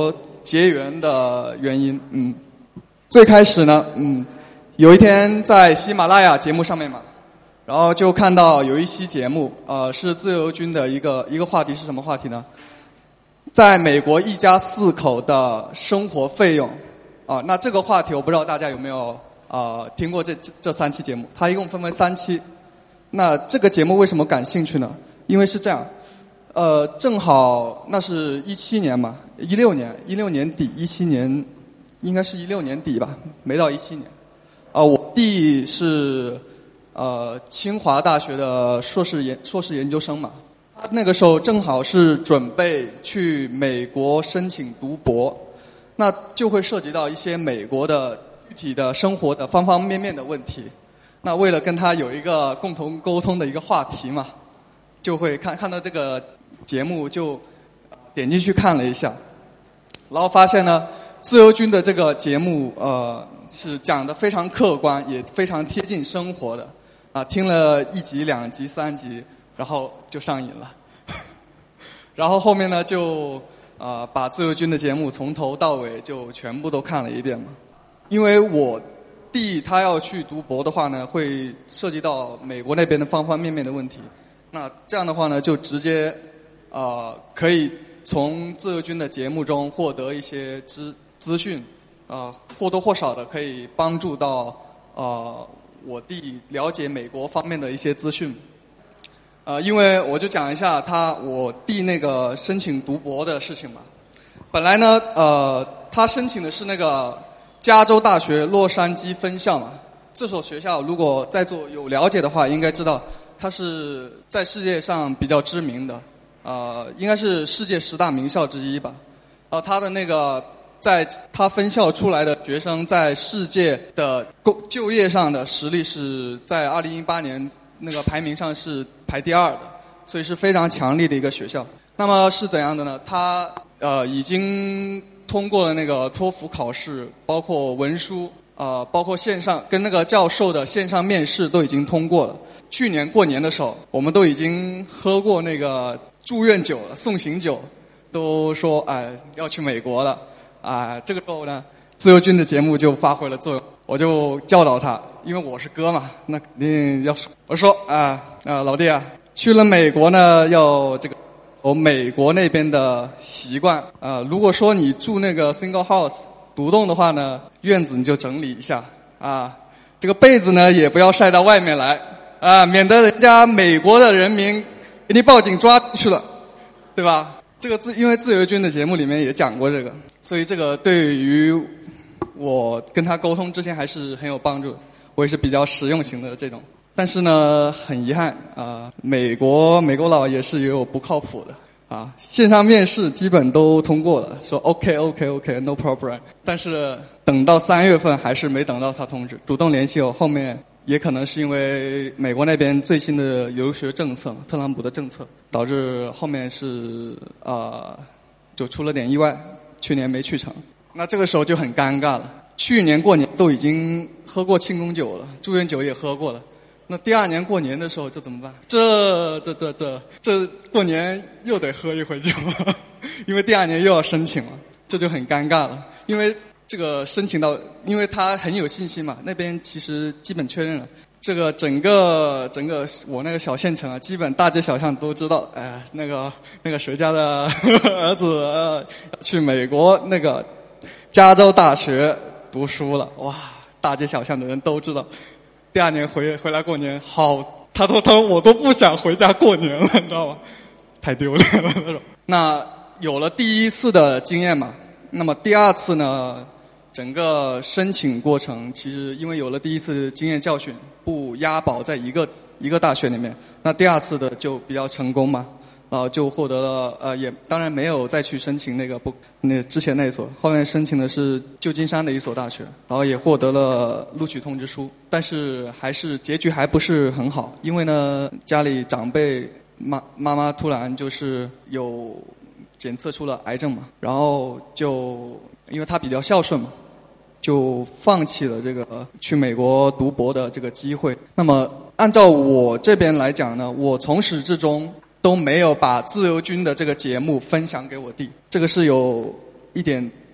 结缘的原因。最开始呢，有一天在喜马拉雅节目上面嘛，然后就看到有一期节目，是自由军的一个话题，是什么话题呢？在美国一家4口的生活费用。那这个话题我不知道大家有没有听过这3期节目，它一共分为3期。那这个节目为什么感兴趣呢？因为是这样，正好那是17年嘛，16年底，17年应该是16年底吧，没到17年。我弟是清华大学的硕士研究生嘛，他那个时候正好是准备去美国申请读博，那就会涉及到一些美国的具体的生活的方方面面的问题。那为了跟他有一个共同沟通的一个话题嘛，就会看到这个节目，就点进去看了一下，然后发现呢，自由军的这个节目是讲得非常客观，也非常贴近生活的听了1集、2集、3集，然后就上瘾了。然后后面呢，就把自由军的节目从头到尾就全部都看了一遍嘛。因为我弟他要去读博的话呢，会涉及到美国那边的方方面面的问题。那这样的话呢，就直接可以从自由军的节目中获得一些资讯，或多或少的可以帮助到我弟了解美国方面的一些资讯。因为我就讲一下我弟那个申请读博的事情吧。本来呢，他申请的是那个加州大学洛杉矶分校嘛。这所学校如果在座有了解的话，应该知道它是在世界上比较知名的，应该是世界10大名校之一吧。他的那个在他分校出来的学生在世界的就业上的实力是在2018年那个排名上是排第2的，所以是非常强力的一个学校。那么是怎样的呢？他已经通过了那个托福考试，包括文书，包括线上跟那个教授的线上面试都已经通过了。去年过年的时候，我们都已经喝过那个住院酒了，送行酒，都说要去美国了。这个时候呢，自由军的节目就发挥了作用，我就教导他，因为我是哥嘛，那肯定要说，我说老弟啊，去了美国呢，要这个美国那边的习惯如果说你住那个 single house 独栋的话呢，院子你就整理一下这个被子呢也不要晒到外面来免得人家美国的人民给你报警抓去了，对吧？这个因为自由军的节目里面也讲过这个，所以这个对于我跟他沟通之前还是很有帮助，我也是比较实用型的这种。但是呢，很遗憾美国佬也是有不靠谱的线上面试基本都通过了，说 OK no problem， 但是等到3月份还是没等到他通知，主动联系我，后面也可能是因为美国那边最新的留学政策，特朗普的政策，导致后面是就出了点意外，去年没去成。那这个时候就很尴尬了，去年过年都已经喝过庆功酒了，住院酒也喝过了，那第2年过年的时候这怎么办？这过年又得喝一回酒因为第2年又要申请了，这就很尴尬了。因为这个申请到，因为他很有信心嘛，那边其实基本确认了，这个整个我那个小县城基本大街小巷都知道，那个谁家的儿子去美国那个加州大学读书了，哇，大街小巷的人都知道。第2年回来过年，好，他说我都不想回家过年了，你知道吗？太丢脸了那种。那有了第1次的经验嘛，那么第2次呢，整个申请过程其实因为有了第1次经验教训，不押宝在一个大学里面，那第2次的就比较成功嘛，就获得了也当然没有再去申请那之前那一所，后面申请的是旧金山的一所大学，然后也获得了录取通知书，但是结局还不是很好，因为呢家里长辈妈妈突然就是有检测出了癌症嘛，然后就因为他比较孝顺嘛，就放弃了这个去美国读博的这个机会。那么按照我这边来讲呢，我从始至终都没有把自由军的这个节目分享给我弟，这个是有一点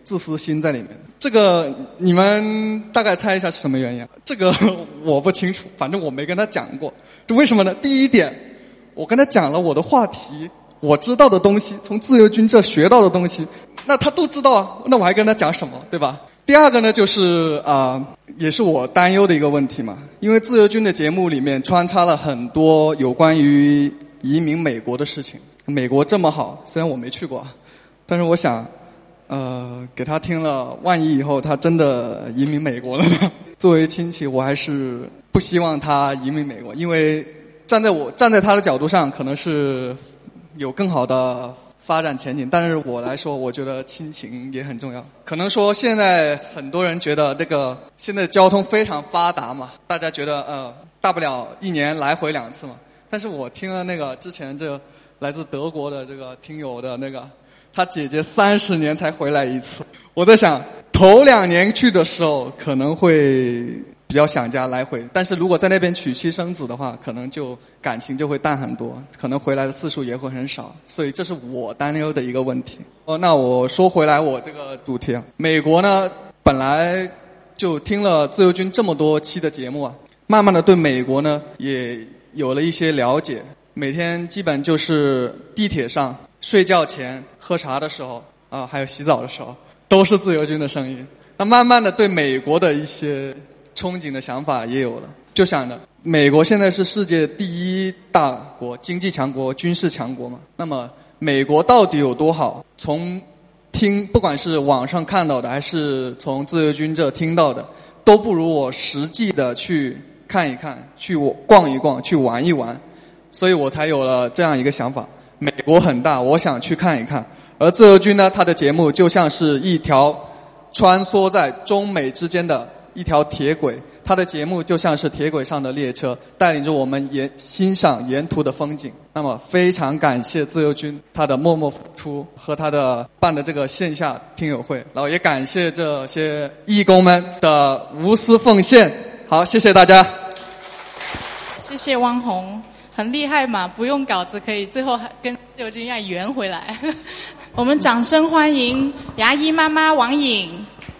自私心在里面。这个你们大概猜一下是什么原因？这个我不清楚，反正我没跟他讲过。这为什么呢？第一点，我跟他讲了我的话题，我知道的东西，从自由军这学到的东西，那他都知道啊，那我还跟他讲什么，对吧？第二个呢，就是也是我担忧的一个问题嘛，因为自由军的节目里面穿插了很多有关于移民美国的事情。美国这么好，虽然我没去过，但是我想给他听了，万一以后他真的移民美国了呢？作为亲戚，我还是不希望他移民美国，因为站在他的角度上，可能是有更好的发展前景，但是我来说，我觉得亲情也很重要。可能说现在很多人觉得这个现在交通非常发达嘛，大家觉得大不了1年来回2次嘛。但是我听了那个之前这来自德国的这个听友的那个，他姐姐30年才回来1次。我在想，头2年去的时候可能会比较想家来回，但是如果在那边娶妻生子的话，可能就感情就会淡很多，可能回来的次数也会很少，所以这是我担忧的一个问题。那我说回来我这个主题啊，美国呢本来就听了自由军这么多期的节目啊，慢慢的对美国呢也有了一些了解，每天基本就是地铁上、睡觉前、喝茶的时候还有洗澡的时候，都是自由军的声音。那慢慢的对美国的一些憧憬的想法也有了，就想着美国现在是世界第1大国，经济强国、军事强国嘛。那么美国到底有多好？从不管是网上看到的，还是从自由军这听到的，都不如我实际的去看一看，去逛一逛，去玩一玩。所以我才有了这样一个想法：美国很大，我想去看一看。而自由军呢，它的节目就像是一条穿梭在中美之间的一条铁轨，它的节目就像是铁轨上的列车，带领着我们欣赏沿途的风景。那么非常感谢自由军他的默默付出和他的办的这个线下听友会，然后也感谢这些义工们的无私奉献。好，谢谢大家。 谢谢汪红，很厉害嘛，不用稿子可以最后还跟自由军一样圆回来。我们掌声欢迎牙医妈妈王颖。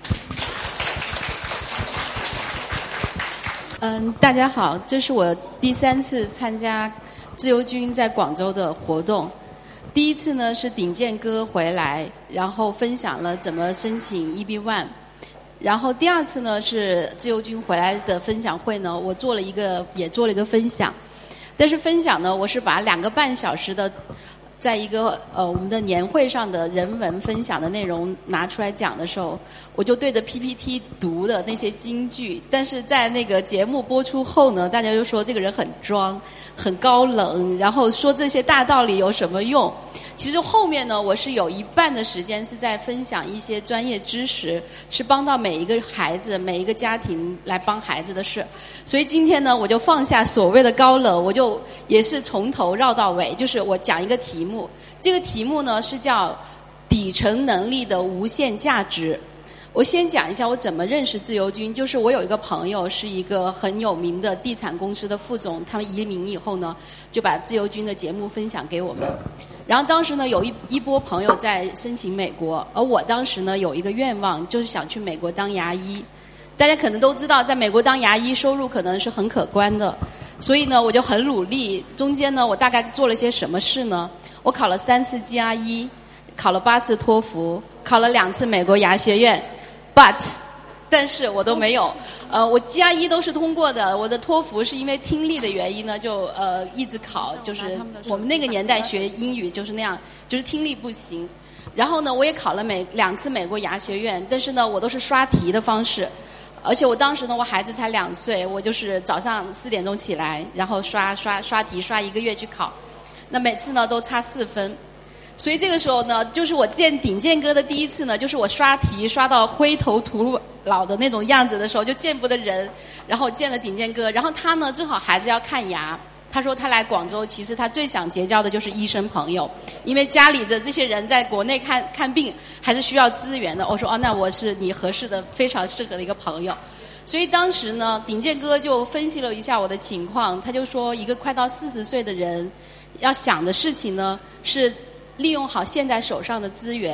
大家好，这是我第3次参加自由军在广州的活动。第一次呢是鼎健哥回来，然后分享了怎么申请 EB1。然后第2次呢是自由军回来的分享会呢，我做了一个分享。但是分享呢，我是把2个半小时的在一个我们的年会上的人文分享的内容拿出来讲的时候，我就对着 PPT 读的那些金句，但是在那个节目播出后呢，大家就说这个人很装、很高冷，然后说这些大道理有什么用？其实后面呢，我是有一半的时间是在分享一些专业知识，是帮到每一个孩子、每一个家庭来帮孩子的事。所以今天呢，我就放下所谓的高冷，我就也是从头绕到尾，就是我讲一个题目。这个题目呢是叫底层能力的无限价值。我先讲一下我怎么认识自由军，就是我有一个朋友是一个很有名的地产公司的副总，他们移民以后呢，就把自由军的节目分享给我们。然后当时呢，有一波朋友在申请美国，而我当时呢有一个愿望，就是想去美国当牙医。大家可能都知道，在美国当牙医收入可能是很可观的，所以呢我就很努力。中间呢，我大概做了些什么事呢？我考了3次 GRE， 考了8次托福，考了2次美国牙学院。但是我都没有，我 GRE 都是通过的，我的托福是因为听力的原因呢，就一直考，就是我们那个年代学英语就是那样，就是听力不行。然后呢，我也考了2次美国牙学院，但是呢，我都是刷题的方式，而且我当时呢，我孩子才2岁，我就是早上4点钟起来，然后刷题，刷1个月去考，那每次呢都差4分。所以这个时候呢，就是我见鼎健哥的第一次呢，就是我刷题刷到灰头土老的那种样子的时候，就见不得人。然后见了鼎健哥，然后他呢正好孩子要看牙，他说他来广州，其实他最想结交的就是医生朋友，因为家里的这些人在国内看病还是需要资源的。我说那我是你合适的、非常适合的一个朋友。所以当时呢，鼎健哥就分析了一下我的情况，他就说一个快到40岁的人要想的事情呢是利用好现在手上的资源，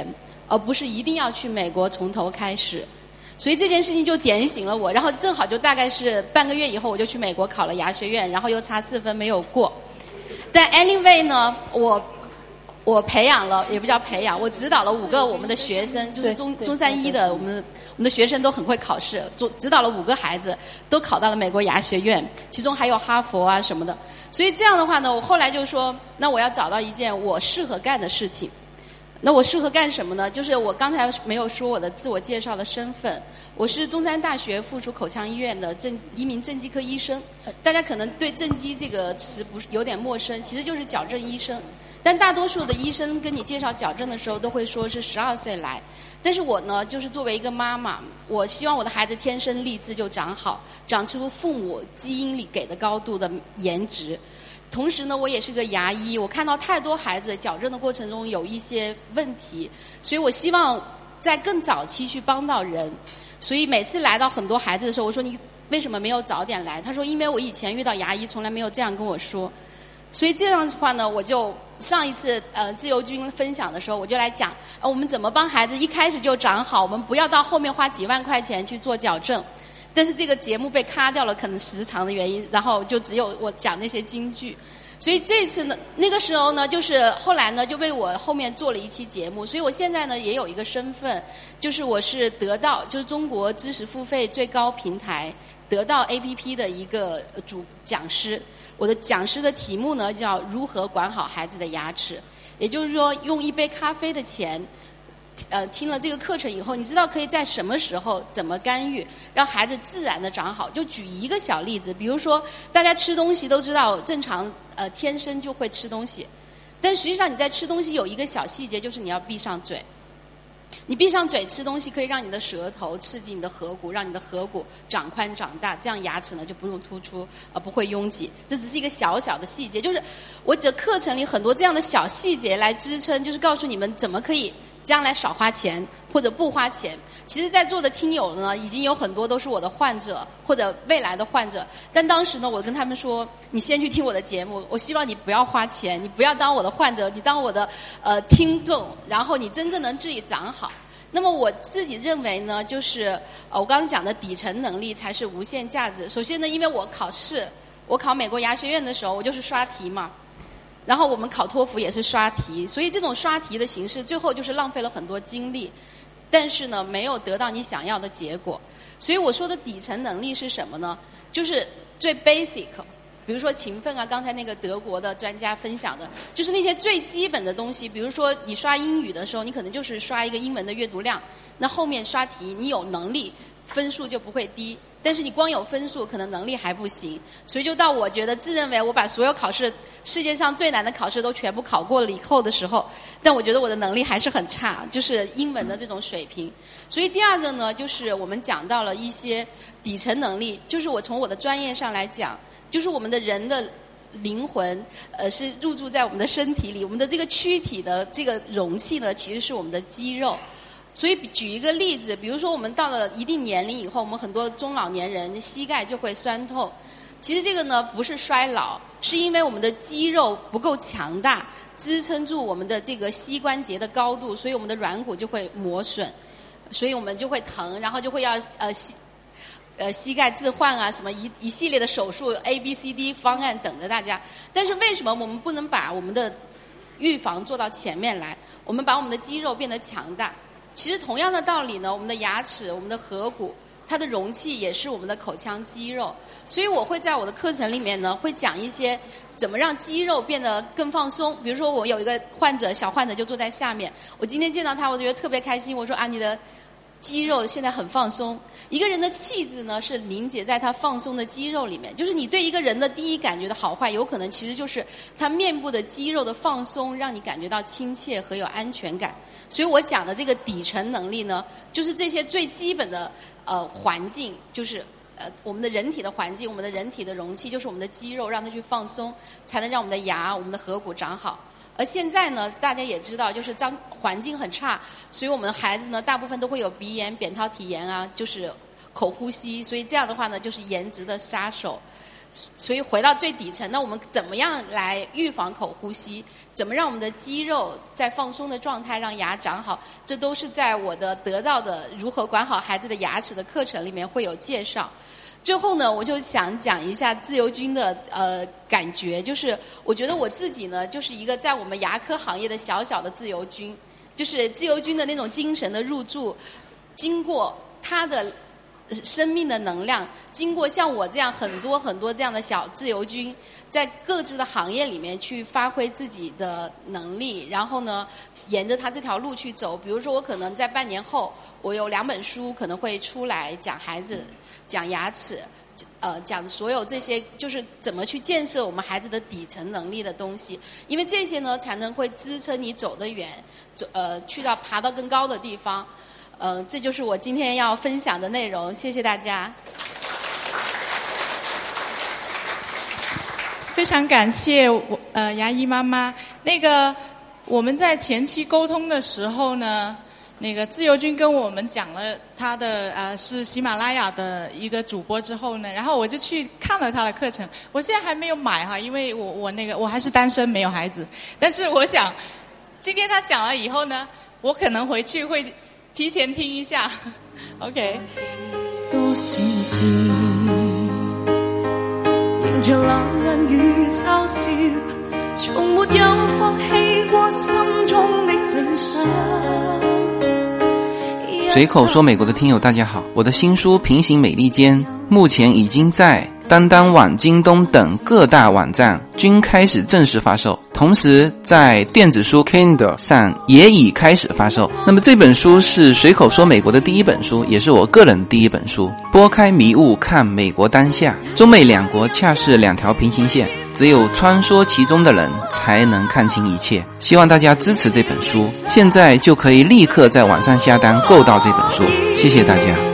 而不是一定要去美国从头开始。所以这件事情就点醒了我，然后正好就大概是半个月以后，我就去美国考了牙学院，然后又差4分没有过。但 anyway 呢，我培养了，也不叫培养，我指导了5个我们的学生，就是中山医的我们的学生都很会考试，指导了5个孩子都考到了美国牙学院，其中还有哈佛啊什么的。所以这样的话呢，我后来就说，那我要找到一件我适合干的事情。那我适合干什么呢？就是我刚才没有说我的自我介绍的身份，我是中山大学附属口腔医院的一名正畸科医生。大家可能对正畸这个词不是有点陌生，其实就是矫正医生。但大多数的医生跟你介绍矫正的时候，都会说是12岁来。但是我呢，就是作为一个妈妈，我希望我的孩子天生丽质就长好，长出父母基因里给的高度的颜值。同时呢，我也是个牙医，我看到太多孩子矫正的过程中有一些问题，所以我希望在更早期去帮到人。所以每次来到很多孩子的时候，我说你为什么没有早点来？他说因为我以前遇到牙医从来没有这样跟我说。所以这样的话呢，我就上一次自由军分享的时候，我就来讲我们怎么帮孩子一开始就长好，我们不要到后面花几万块钱去做矫正。但是这个节目被卡掉了，可能时长的原因，然后就只有我讲那些金句。所以这次呢，那个时候呢，就是后来呢，就为我后面做了一期节目。所以我现在呢，也有一个身份，就是我是得到，就是中国知识付费最高平台得到 APP 的一个主讲师。我的讲师的题目呢，叫如何管好孩子的牙齿。也就是说，用一杯咖啡的钱。听了这个课程以后，你知道可以在什么时候怎么干预，让孩子自然的长好。就举一个小例子，比如说大家吃东西都知道，正常天生就会吃东西，但实际上你在吃东西有一个小细节，就是你要闭上嘴。你闭上嘴吃东西，可以让你的舌头刺激你的颌骨，让你的颌骨长宽长大，这样牙齿呢就不用突出，不会拥挤。这只是一个小小的细节，就是我的课程里很多这样的小细节来支撑，就是告诉你们怎么可以将来少花钱或者不花钱。其实在座的听友呢，已经有很多都是我的患者或者未来的患者，但当时呢，我跟他们说，你先去听我的节目，我希望你不要花钱，你不要当我的患者，你当我的听众，然后你真正能自己长好。那么我自己认为呢，就是我刚刚讲的底层能力才是无限价值。首先呢，因为我考美国牙学院的时候，我就是刷题嘛。然后我们考托福也是刷题，所以这种刷题的形式最后就是浪费了很多精力，但是呢没有得到你想要的结果。所以我说的底层能力是什么呢？就是最 basic， 比如说勤奋啊，刚才那个德国的专家分享的，就是那些最基本的东西。比如说你刷英语的时候，你可能就是刷一个英文的阅读量，那后面刷题你有能力，分数就不会低。但是你光有分数，可能能力还不行，所以就到我觉得自认为我把所有考试，世界上最难的考试都全部考过了以后的时候，但我觉得我的能力还是很差，就是英文的这种水平。所以第二个呢，就是我们讲到了一些底层能力，就是我从我的专业上来讲，就是我们的人的灵魂是入住在我们的身体里，我们的这个躯体的这个容器呢，其实是我们的肌肉。所以举一个例子，比如说我们到了一定年龄以后，我们很多中老年人膝盖就会酸痛。其实这个呢不是衰老，是因为我们的肌肉不够强大，支撑住我们的这个膝关节的高度，所以我们的软骨就会磨损，所以我们就会疼，然后就会要膝盖置换啊，什么一系列的手术 ABCD 方案等着大家。但是为什么我们不能把我们的预防做到前面来？我们把我们的肌肉变得强大。其实同样的道理呢，我们的牙齿、我们的颌骨，它的容器也是我们的口腔肌肉。所以我会在我的课程里面呢，会讲一些怎么让肌肉变得更放松。比如说我有一个小患者就坐在下面，我今天见到他，我觉得特别开心。我说啊，你的肌肉现在很放松。一个人的气质呢，是凝结在他放松的肌肉里面。就是你对一个人的第一感觉的好坏，有可能其实就是他面部的肌肉的放松，让你感觉到亲切和有安全感。所以我讲的这个底层能力呢，就是这些最基本的环境，就是我们的人体的环境，我们的人体的容器，就是我们的肌肉，让它去放松，才能让我们的牙、我们的颌骨长好。而现在呢，大家也知道，就是环境很差，所以我们孩子呢，大部分都会有鼻炎、扁桃体炎啊，就是口呼吸。所以这样的话呢，就是颜值的杀手。 所以回到最底层，那我们怎么样来预防口呼吸？怎么让我们的肌肉在放松的状态让牙长好？这都是在我的得到的如何管好孩子的牙齿的课程里面会有介绍。最后呢，我就想讲一下自由军的感觉，就是我觉得我自己呢，就是一个在我们牙科行业的小小的自由军，就是自由军的那种精神的入驻，经过他的生命的能量，经过像我这样很多很多这样的小自由军，在各自的行业里面去发挥自己的能力，然后呢，沿着他这条路去走。比如说，我可能在半年后，我有2本书可能会出来讲孩子、讲牙齿，讲所有这些就是怎么去建设我们孩子的底层能力的东西，因为这些呢才能会支撑你走得远，爬到更高的地方。这就是我今天要分享的内容，谢谢大家。 非常感谢牙医妈妈。那个我们在前期沟通的时候呢，那个自由军跟我们讲了他的是喜马拉雅的一个主播之后呢，然后我就去看了他的课程。我现在还没有买哈，因为我还是单身没有孩子。但是我想，今天他讲了以后呢，我可能回去会提前听一下。OK。 多少次迎着冷眼與嘲笑，從沒有放棄過心中的理想。 隨口說美國的聽友大家好，我的新書《平行美利堅》目前已經在當當網、京東等各大網站均開始正式發售，同時在電子書 Kindle 上也已開始發售。那麼這本書是隨口說美國的第一本書，也是我個人第一本書。撥開迷霧看美國當下，中美兩國恰是兩條平行線，只有穿梭其中的人才能看清一切。希望大家支持這本書，現在就可以立刻在網上下單購到這本書。謝謝大家。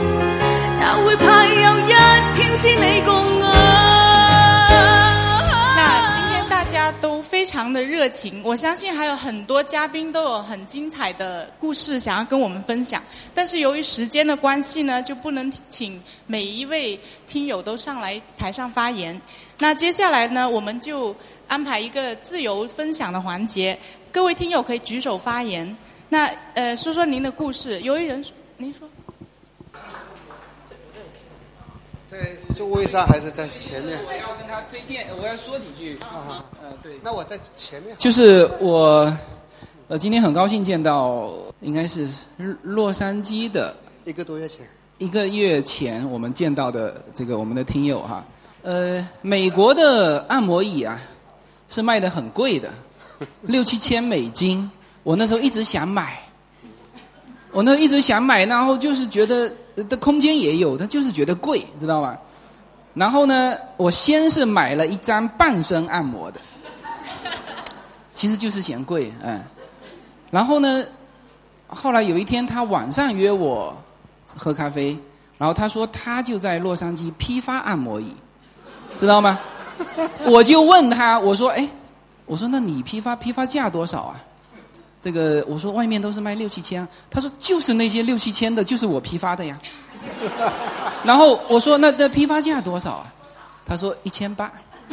非常的热情，我相信还有很多嘉宾都有很精彩的故事想要跟我们分享，但是由于时间的关系呢，就不能请每一位听友都上来台上发言。那接下来呢，我们就安排一个自由分享的环节，各位听友可以举手发言。那说说您的故事，有一人您说。 在座位上还是在前面？ 我要跟他推荐，我要说几句。对。那我在前面。 就是我，今天很高兴见到，应该是洛杉矶的。 1个多月前。 1个月前我们见到的这个我们的听友哈，美国的按摩椅啊，是卖得很贵的，6-7千美金。我那时候一直想买，然后就是觉得的空间也有，但就是觉得贵，知道吧？然后呢，我先是买了一张半身按摩的，其实就是嫌贵，然后呢，后来有一天他晚上约我喝咖啡，然后他说他就在洛杉矶批发按摩椅，知道吗？我就问他，我说那你批发价多少啊？这个我说外面都是卖6-7千，他说就是那些6-7千的，就是我批发的呀。然后我说那批发价多少啊？他说1800。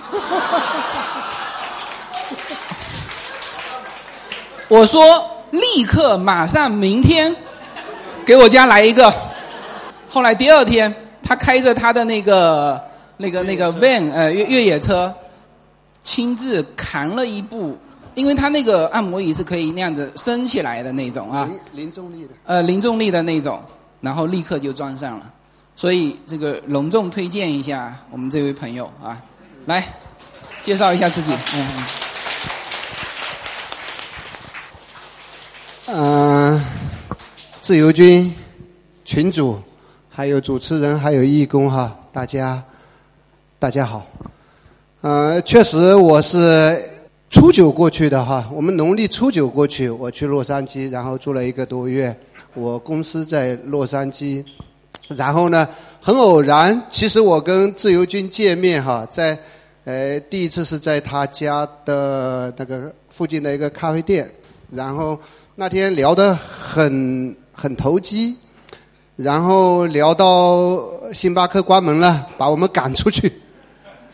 我说立刻马上明天给我家来一个。后来第2天，他开着他的那个 van 越野车，亲自扛了一部。因为他那个按摩椅是可以那样子升起来的那种啊， 零重力的， 零重力的那种，然后立刻就装上了，所以这个隆重推荐一下我们这位朋友啊，来介绍一下自己。 自由军群主，还有主持人，还有义工哈，大家好。确实我是初9过去的哈，我们农历初9过去，我去洛杉矶，然后住了1个多月。我公司在洛杉矶，然后呢，很偶然，其实我跟自由军见面哈，在第一次是在他家的那个附近的一个咖啡店，然后那天聊得很投机，然后聊到星巴克关门了，把我们赶出去。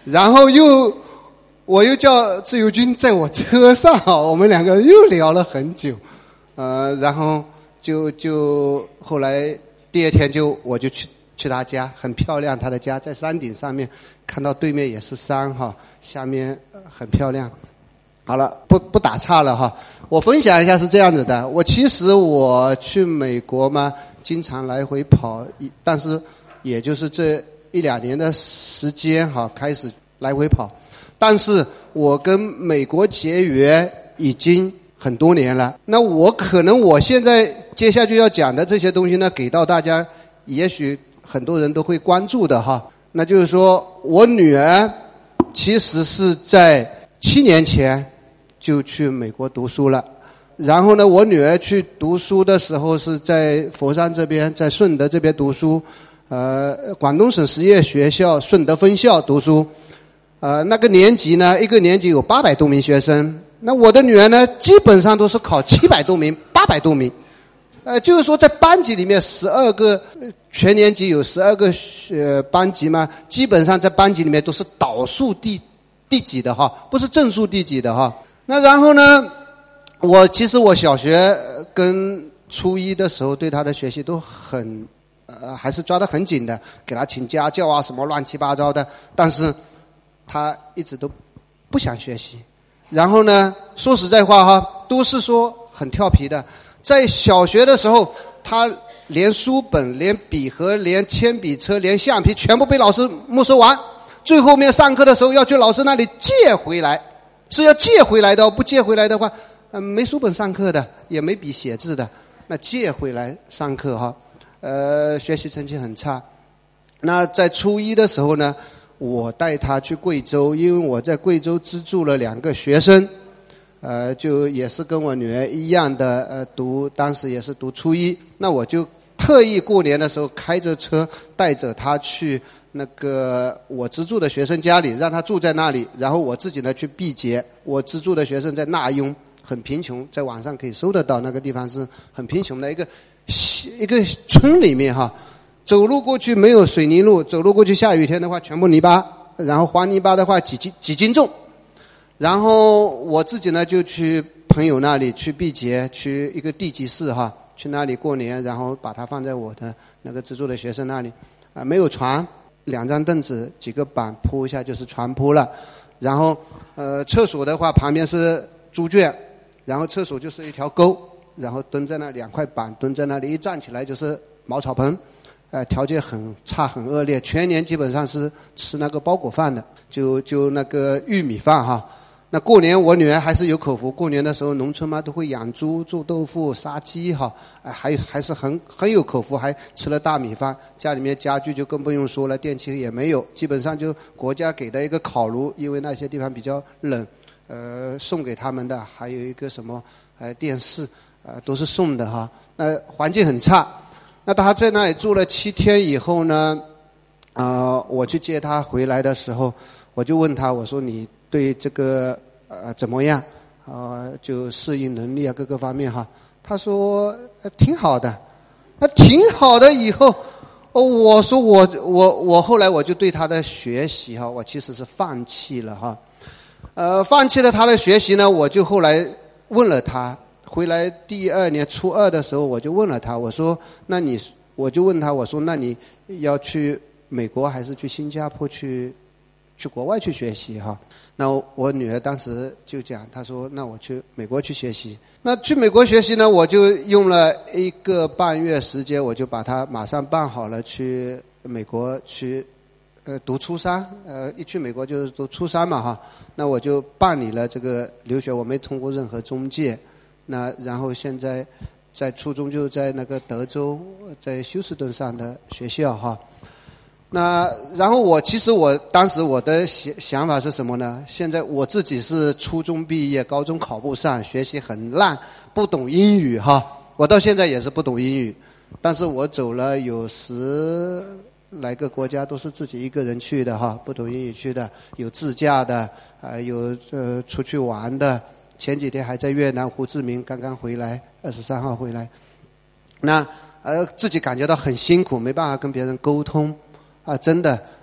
然后我又叫自由军在我车上，我们两个又聊了很久，然后就后来第二天我就去他家，很漂亮，他的家在山顶上面，看到对面也是山哈，下面很漂亮。好了，不打岔了哈，我分享一下是这样子的，其实我去美国嘛，经常来回跑，但是也就是这1-2年的时间哈，开始来回跑。但是我跟美国结缘已经很多年了，那我现在接下去要讲的这些东西呢，给到大家，也许很多人都会关注的哈。那就是说我女儿其实是在7年前就去美国读书了，然后呢，我女儿去读书的时候是在佛山这边，在顺德这边读书，广东省实验学校顺德分校读书。那个年级呢，一个年级有800多名学生，那我的女儿呢，基本上都是考700多名、800多名，就是说在班级里面12个，全年级有12个班级嘛，基本上在班级里面都是倒数第几的哈，不是正数第几的哈。那然后呢，其实我小学跟初一的时候对她的学习都很还是抓得很紧的，给她请家教啊，什么乱七八糟的，但是他一直都不想学习。然后呢，说实在话哈，都是说很调皮的。在小学的时候，他连书本、连笔盒、连铅笔车、连橡皮全部被老师没收完，最后面上课的时候要去老师那里借回来，是要借回来的，不借回来的话，没书本上课的，也没笔写字的，那借回来上课哈，学习成绩很差。那在初一的时候呢，我带他去贵州，因为我在贵州资助了2个学生，就也是跟我女儿一样的，当时也是读初一。那我就特意过年的时候开着车带着他去那个我资助的学生家里，让他住在那里，然后我自己呢去毕节。我资助的学生在纳雍，很贫穷，在网上可以搜得到，那个地方是很贫穷的一个村里面哈。走路过去没有水泥路，走路过去下雨天的话全部泥巴，然后黄泥巴的话几斤重。然后我自己呢就去朋友那里去毕节，去一个地级市哈，去那里过年，然后把它放在我的那个资助的学生那里。没有床，2张凳子几个板铺一下就是床铺了。然后厕所的话旁边是猪圈，然后厕所就是一条沟，然后蹲在那2块板蹲在那里，一站起来就是茅草棚。条件很差很恶劣，全年基本上是吃那个包裹饭的，就那个玉米饭哈。那过年我女儿还是有口福，过年的时候农村嘛都会养猪、做豆腐、杀鸡哈，还是很有口福，还吃了大米饭。家里面家具就更不用说了，电器也没有，基本上就国家给的一个烤炉，因为那些地方比较冷，送给他们的，还有一个什么电视，都是送的哈。那环境很差。那他在那里住了7天以后呢，我去接他回来的时候，我就问他，我说你对这个怎么样？就适应能力啊各个方面哈。他说挺好的。那挺好的以后，我说我后来我就对他的学习哈，我其实是放弃了哈。放弃了他的学习呢，我就后来问了他。回来第2年初2的时候，我就问了他，我说我就问他，我说那你要去美国还是去新加坡去国外去学习哈？那我女儿当时就讲，她说那我去美国去学习。那去美国学习呢，我就用了1个半月时间，我就把她马上办好了去美国去读初3，一去美国就是读初3嘛哈。那我就办理了这个留学，我没通过任何中介。那然后现在在初中就在那个德州，在休斯顿上的学校哈。那然后其实我当时我的想法是什么呢？现在我自己是初中毕业，高中考不上，学习很烂，不懂英语哈。我到现在也是不懂英语，但是我走了有10来个国家，都是自己一个人去的哈，不懂英语去的，有自驾的，有出去玩的。前几天还在越南胡志明刚刚回来，23号回来。那自己感觉到很辛苦，没办法跟别人沟通啊，真的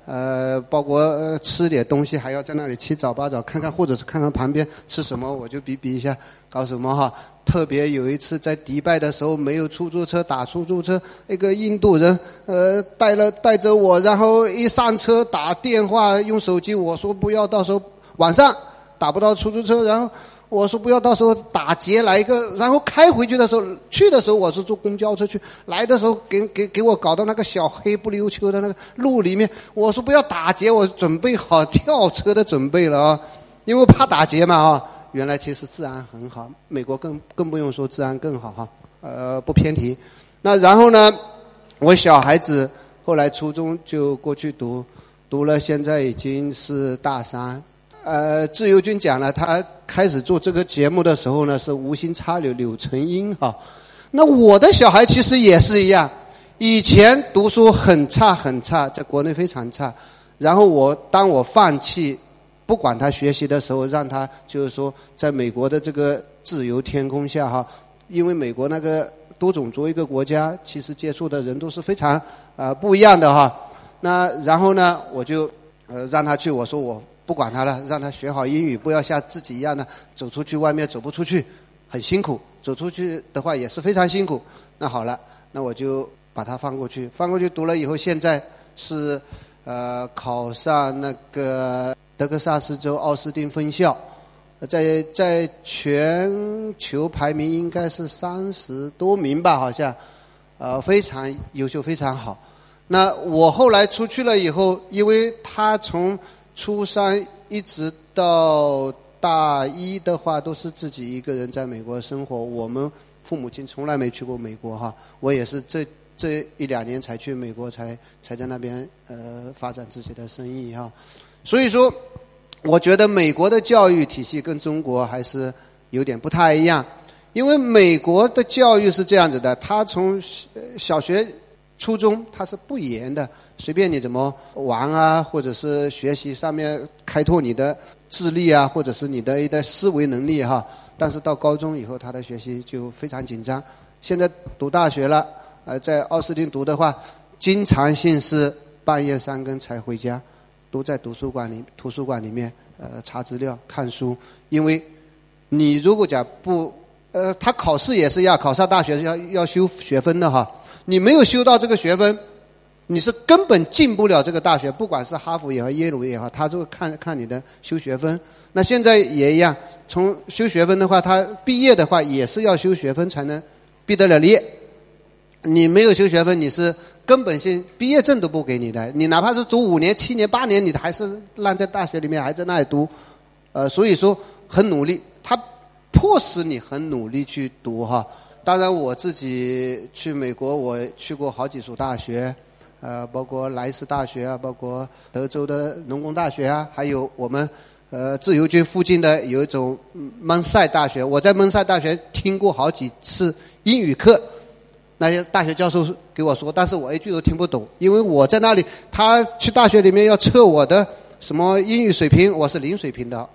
包括吃点东西还要在那里七早八早看看，或者是看看旁边吃什么，我就比一下搞什么哈。特别有一次在迪拜的时候，没有出租车，打出租车，一个印度人带着我，然后一上车打电话用手机，我说不要，到时候晚上打不到出租车，然后我说不要，到时候打劫来一个，然后开回去的时候，去的时候我是坐公交车去，来的时候给我搞到那个小黑不溜秋的那个路里面，我说不要打劫，我准备好跳车的准备了啊，因为怕打劫嘛啊。原来其实治安很好，美国更不用说治安更好哈，不偏题。那然后呢，我小孩子后来初中就过去读了，现在已经是大三。自由军讲了，他开始做这个节目的时候呢，是无心插柳成荫哈。那我的小孩其实也是一样，以前读书很差，在国内非常差。然后当我放弃不管他学习的时候，让他就是说在美国的这个自由天空下哈，因为美国那个多种族一个国家，其实接触的人都是非常不一样的哈。那然后呢，我就让他去，我说我不管他了，让他学好英语，不要像自己一样的走出去，外面走不出去很辛苦，走出去的话也是非常辛苦。那好了，那我就把他放过去读了以后，现在是考上那个德克萨斯州奥斯汀分校，在全球排名应该是30多名吧，好像非常优秀，非常好。那我后来出去了以后，因为他从初三一直到大一的话都是自己一个人在美国生活，我们父母亲从来没去过美国哈，我也是这1-2年才去美国，才在那边发展自己的生意哈。所以说我觉得美国的教育体系跟中国还是有点不太一样，因为美国的教育是这样子的，他从小学初中他是不严的，随便你怎么玩啊，或者是学习上面开拓你的智力啊，或者是你的一个思维能力哈。但是到高中以后他的学习就非常紧张。现在读大学了，在奥斯汀读的话，经常性是半夜3更才回家，都在图书馆里面查资料看书。因为你如果讲不他考试也是要考上大学要修学分的哈，你没有修到这个学分，你是根本进不了这个大学，不管是哈佛也好耶鲁也好，他就看你的修学分。那现在也一样，从修学分的话，他毕业的话也是要修学分才能毕得了业，你没有修学分，你是根本性毕业证都不给你的，你哪怕是读5年7年8年，你还是烂在大学里面，还在那里读。所以说很努力，他迫使你很努力去读哈。当然我自己去美国，我去过好几所大学，包括莱斯大学啊，包括德州的农工大学啊，还有我们自由军附近的有一种蒙塞大学，我在蒙塞大学听过好几次英语课，那些大学教授给我说，但是我一句都听不懂，因为我在那里，他去大学里面要测我的什么英语水平，我是0水平的，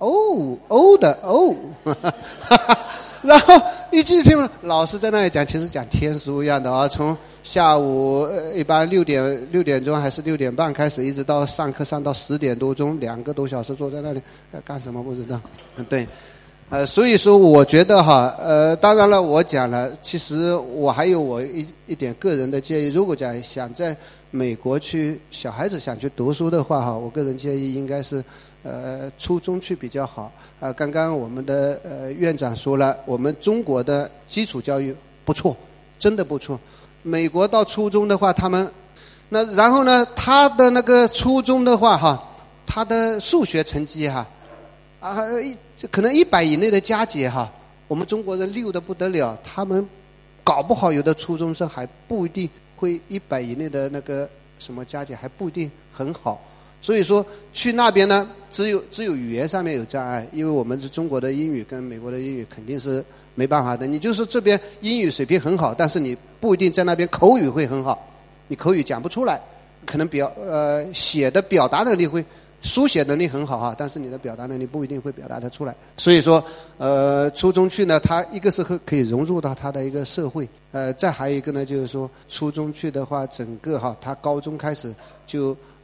然后一句听不懂，老师在那里讲，其实讲天书一样的啊，从下午一般6点钟还是6点半开始，一直到上课上到10点多钟，2个多小时坐在那里干什么不知道。对，所以说我觉得哈，当然了，我讲了，其实我还有我一点个人的建议，如果讲想在美国去小孩子想去读书的话哈，我个人建议应该是初中去比较好。刚刚我们的院长说了，我们中国的基础教育不错，真的不错。美国到初中的话，他们那然后呢，他的那个初中的话哈，他的数学成绩哈可能100以内的加减哈，我们中国人溜得不得了，他们搞不好有的初中生还不一定会100以内的那个什么加减，还不一定很好。所以说去那边呢，只有语言上面有障碍，因为我们是中国的英语跟美国的英语肯定是没办法的。你就是这边英语水平很好，但是你不一定在那边口语会很好，你口语讲不出来，可能写的表达能力会，书写能力很好哈，但是你的表达能力不一定会表达得出来。所以说初中去呢，他一个是可以融入到他的一个社会，再还有一个呢，就是说初中去的话，整个哈，他高中开始就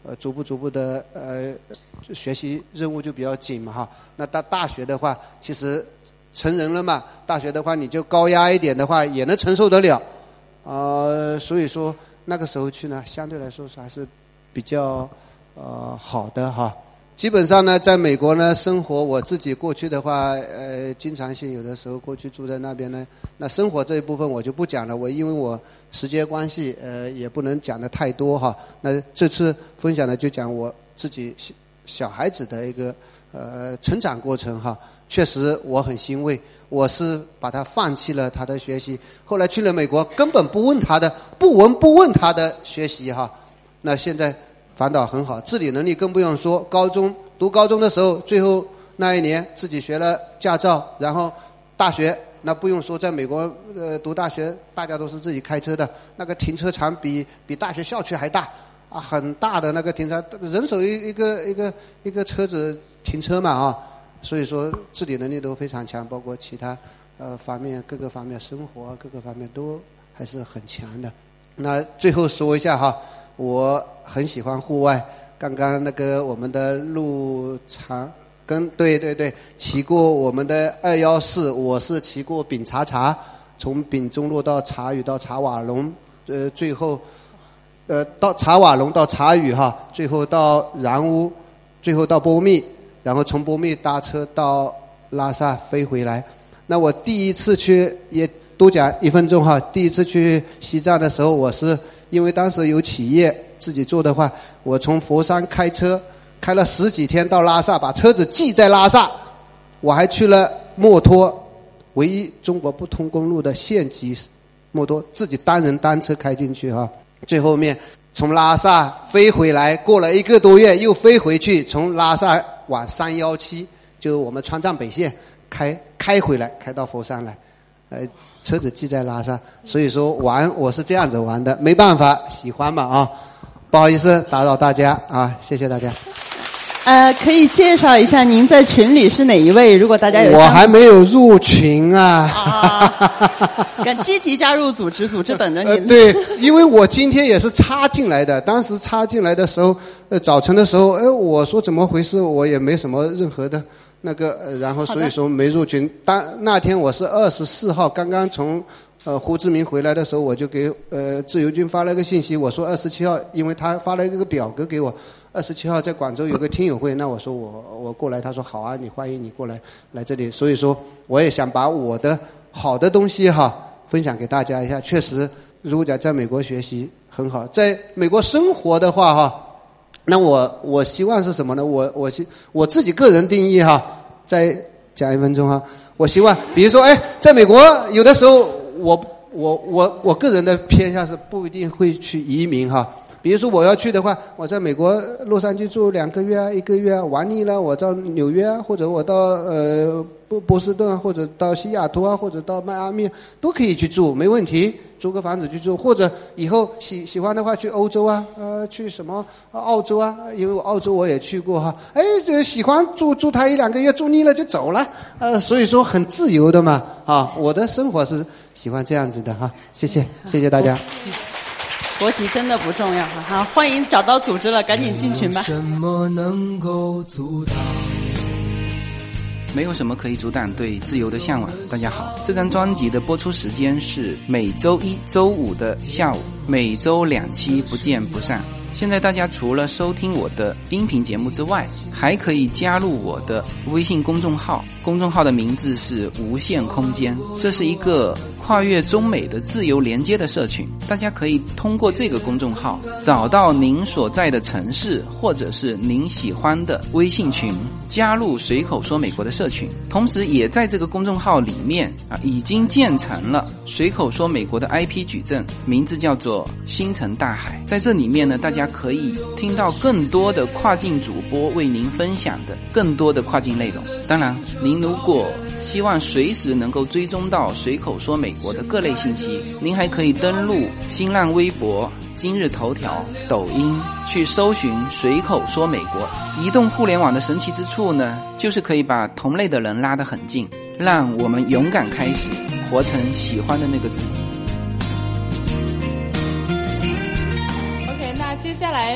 逐步的学习任务就比较紧嘛哈。那到大学的话，其实成人了嘛，大学的话你就高压一点的话也能承受得了，所以说那个时候去呢，相对来说还是比较好的哈。基本上呢，在美国呢生活，我自己过去的话，经常性有的时候过去住在那边呢，那生活这一部分我就不讲了，因为我时间关系，也不能讲的太多哈。那这次分享的就讲我自己小孩子的一个成长过程哈。确实我很欣慰，我是把他放弃了他的学习，后来去了美国，根本不问他的，不问他的学习哈。那现在反倒很好，自理能力更不用说。读高中的时候，最后那一年自己学了驾照，然后大学那不用说，在美国读大学，大家都是自己开车的，那个停车场比大学校区还大啊，很大的那个停车，人手一个车子停车嘛啊，所以说自理能力都非常强，包括其他方面各个方面生活各个方面都还是很强的。那最后说一下哈。我很喜欢户外，刚刚那个我们的陆长跟对骑过我们的214，我是骑过丙察察，从丙中路到察隅到察瓦龙，最后到察瓦龙到察隅哈，最后到然乌，最后到波密，然后从波密搭车到拉萨飞回来。那我第一次去也多讲1分钟哈，第一次去西藏的时候，我是因为当时有企业自己做的话，我从佛山开车开了10几天到拉萨，把车子寄在拉萨，我还去了墨脱，唯一中国不通公路的县级墨脱，自己单人单车开进去哈。最后面从拉萨飞回来，过了1个多月又飞回去，从拉萨往317，就我们川藏北线开回来，开到佛山来，车子寄在拉萨，所以说我是这样子玩的，没办法，喜欢嘛啊，不好意思打扰大家啊，谢谢大家。 可以介绍一下您在群里是哪一位？如果大家有， 我还没有入群啊。 敢积极加入组织等着您。 对，因为我今天也是插进来的，当时插进来的时候，早晨的时候，我说怎么回事，我也没什么任何的。那个然后所以说没入群。那天我是24号刚刚从胡志明回来的时候，我就给自由军发了个信息，我说27号，因为他发了一个表格给我，27号在广州有个听友会，那我说我过来，他说好啊，你欢迎你过来这里。所以说我也想把我的好的东西哈分享给大家一下。确实，如果讲在美国学习很好，在美国生活的话哈。那我希望是什么呢？我自己个人定义哈，再讲1分钟哈。我希望，比如说，在美国有的时候，我个人的偏向是不一定会去移民哈。比如说我要去的话，我在美国洛杉矶住2个月啊、1个月啊，玩腻了我到纽约啊，或者我到波士顿啊，或者到西雅图啊，或者到迈阿密都可以去住，没问题。租个房子去住，或者以后喜欢的话去欧洲啊，去什么澳洲啊，因为澳洲我也去过哈，喜欢住他1-2个月，住腻了就走了，所以说很自由的嘛，啊，我的生活是喜欢这样子的哈，谢谢大家。 国籍真的不重要哈，欢迎找到组织了，赶紧进群吧。 什么能够阻挡？ 没有什么可以阻挡对自由的向往。大家好，这张专辑的播出时间是每周1、周5的下午，每周2期，不见不散。现在大家除了收听我的音频节目之外，还可以加入我的微信公众号，公众号的名字是无限空间。这是一个跨越中美的自由连接的社群，大家可以通过这个公众号找到您所在的城市或者是您喜欢的微信群，加入随口说美国的社群。同时也在这个公众号里面已经建成了随口说美国的 IP 矩阵，名字叫做星辰大海。在这里面呢，大家可以听到更多的跨境主播为您分享的更多的跨境内容。当然，您如果希望随时能够追踪到随口说美国的各类信息，您还可以登录新浪微博、今日头条、抖音去搜寻随口说美国。移动互联网的神奇之处呢，就是可以把同类的人拉得很近，让我们勇敢开始，活成喜欢的那个自己。 接下来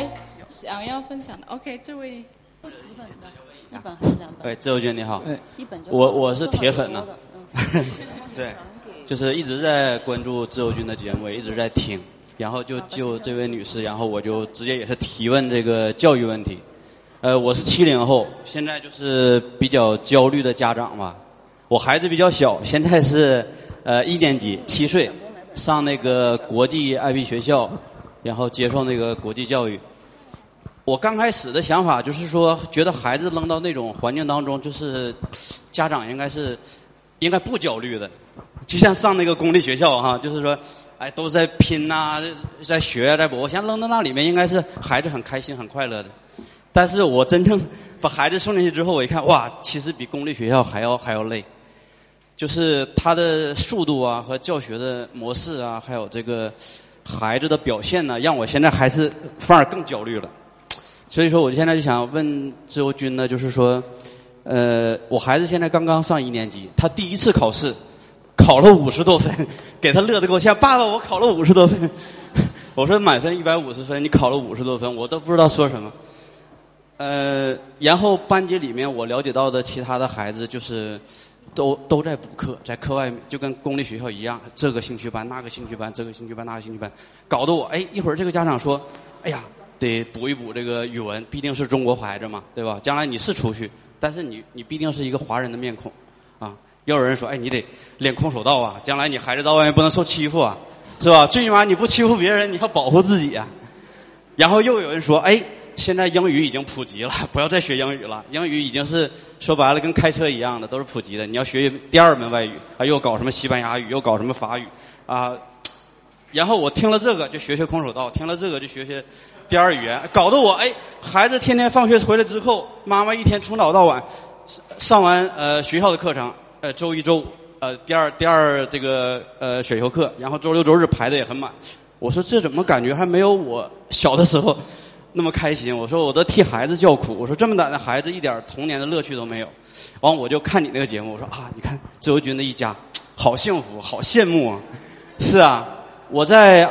想要分享的 ，OK， 这位。 一本还是2本？ 对，自由君你好。 一本就我是铁粉呢。对，就是一直在关注自由君的节目，也一直在听。然后就这位女士，然后我就直接也是提问这个教育问题。我是70后，现在就是比较焦虑的家长吧。我孩子比较小，现在是1年级，7岁，上那个国际 IB 学校，然后接受那个国际教育。我刚开始的想法就是说，觉得孩子扔到那种环境当中，就是家长应该不焦虑的，就像上那个公立学校哈，就是说，哎，都在拼呐，在学啊，在补。我想扔到那里面，应该是孩子很开心、很快乐的。但是我真正把孩子送进去之后，我一看，哇，其实比公立学校还要累。就是他的速度啊，和教学的模式啊，还有这个孩子的表现呢，让我现在还是反而更焦虑了。所以说，我现在就想问自由君呢，就是说，我孩子现在刚刚上1年级，他第一次考试考了50多分，给他乐得够呛。爸爸，我考了50多分。我说满分150分，你考了50多分，我都不知道说什么。然后班级里面我了解到的其他的孩子就是都在补课，在课外面就跟公立学校一样，这个兴趣班那个兴趣班，这个兴趣班那个兴趣班，搞得我一会儿这个家长说，哎呀，得补一补这个语文，毕竟是中国孩子嘛，对吧？将来你是出去，但是你必定是一个华人的面孔啊。又有人说，你得练空手道啊，将来你孩子到外面不能受欺负啊，是吧？最起码你不欺负别人，你要保护自己啊。然后又有人说，现在英语已经普及了，不要再学英语了。英语已经是说白了跟开车一样的，都是普及的。你要学第2门外语啊，又搞什么西班牙语，又搞什么法语啊。然后我听了这个就学空手道，听了这个就学第2语言，搞得我孩子天天放学回来之后，妈妈一天从早到晚上完学校的课程，周1周5第二这个选修课，然后周6周日排的也很满。我说这怎么感觉还没有我小的时候那么开心？我说我都替孩子叫苦。我说这么大的孩子一点童年的乐趣都没有。完我就看你那个节目，我说你看自由军的一家好幸福，好羡慕啊。是啊，我在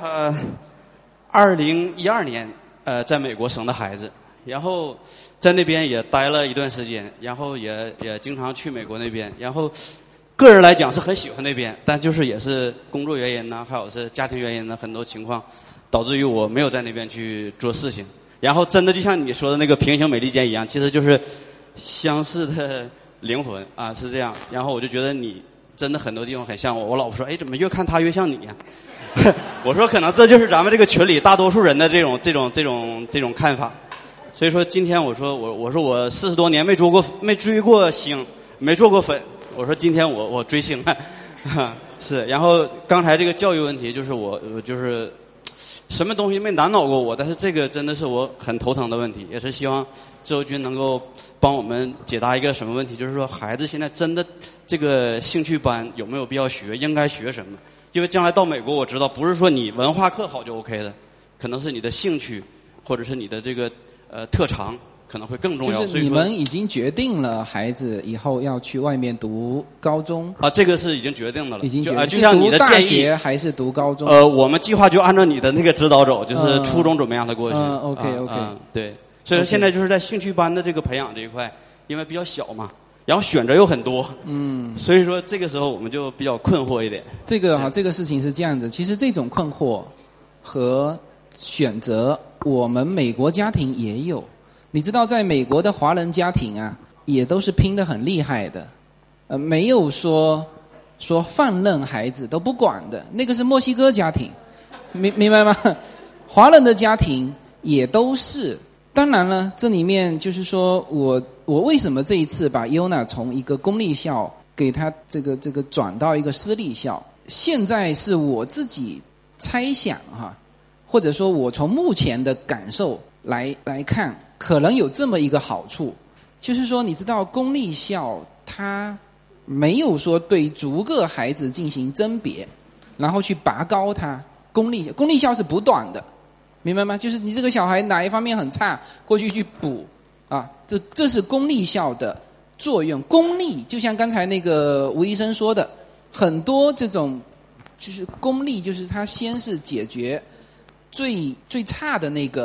2012年在美国生的孩子，然后在那边也待了一段时间，然后也经常去美国那边，然后个人来讲是很喜欢那边，但就是也是工作原因呢，还有是家庭原因呢，很多情况导致于我没有在那边去做事情。然后真的就像你说的那个平行美利坚一样，其实就是相似的灵魂啊，是这样。然后我就觉得你真的很多地方很像我。我老婆说，怎么越看他越像你呀？我说可能这就是咱们这个群里大多数人的这种看法。所以说今天我说我40多年没追过星，没做过粉。我说今天我追星了，是。然后刚才这个教育问题，就是我就是什么东西没难倒过我，但是这个真的是我很头疼的问题，也是希望自由军能够帮我们解答一个什么问题，就是说孩子现在真的这个兴趣班有没有必要学，应该学什么？因为将来到美国，我知道不是说你文化课好就 OK 的，可能是你的兴趣或者是你的这个特长可能会更重要。 就是你们已经决定了孩子以后要去外面读高中啊，这个是已经决定的了， 已经决定。 就像你的建议， 是读大学还是读高中？ 我们计划就按照你的那个指导走，就是初中准备让他过去。 OK， 对。所以说现在就是在兴趣班的这个培养这一块，因为比较小嘛，然后选择又很多，所以说这个时候我们就比较困惑一点。 这个事情是这样的，其实这种困惑和选择，我们美国家庭也有。你知道，在美国的华人家庭啊，也都是拼得很厉害的，没有说放任孩子都不管的，那个是墨西哥家庭，明白吗？华人的家庭也都是。当然了，这里面就是说我为什么这一次把 Yona 从一个公立校给他这个转到一个私立校，现在是我自己猜想哈，或者说我从目前的感受来看，可能有这么一个好处，就是说你知道公立校它没有说对逐个孩子进行甄别，然后去拔高它。公立校是不断的，明白吗？就是你这个小孩哪一方面很差，过去补啊，这是公立校的作用。公立就像刚才那个吴医生说的，很多这种就是公立，就是他先是解决最差的那个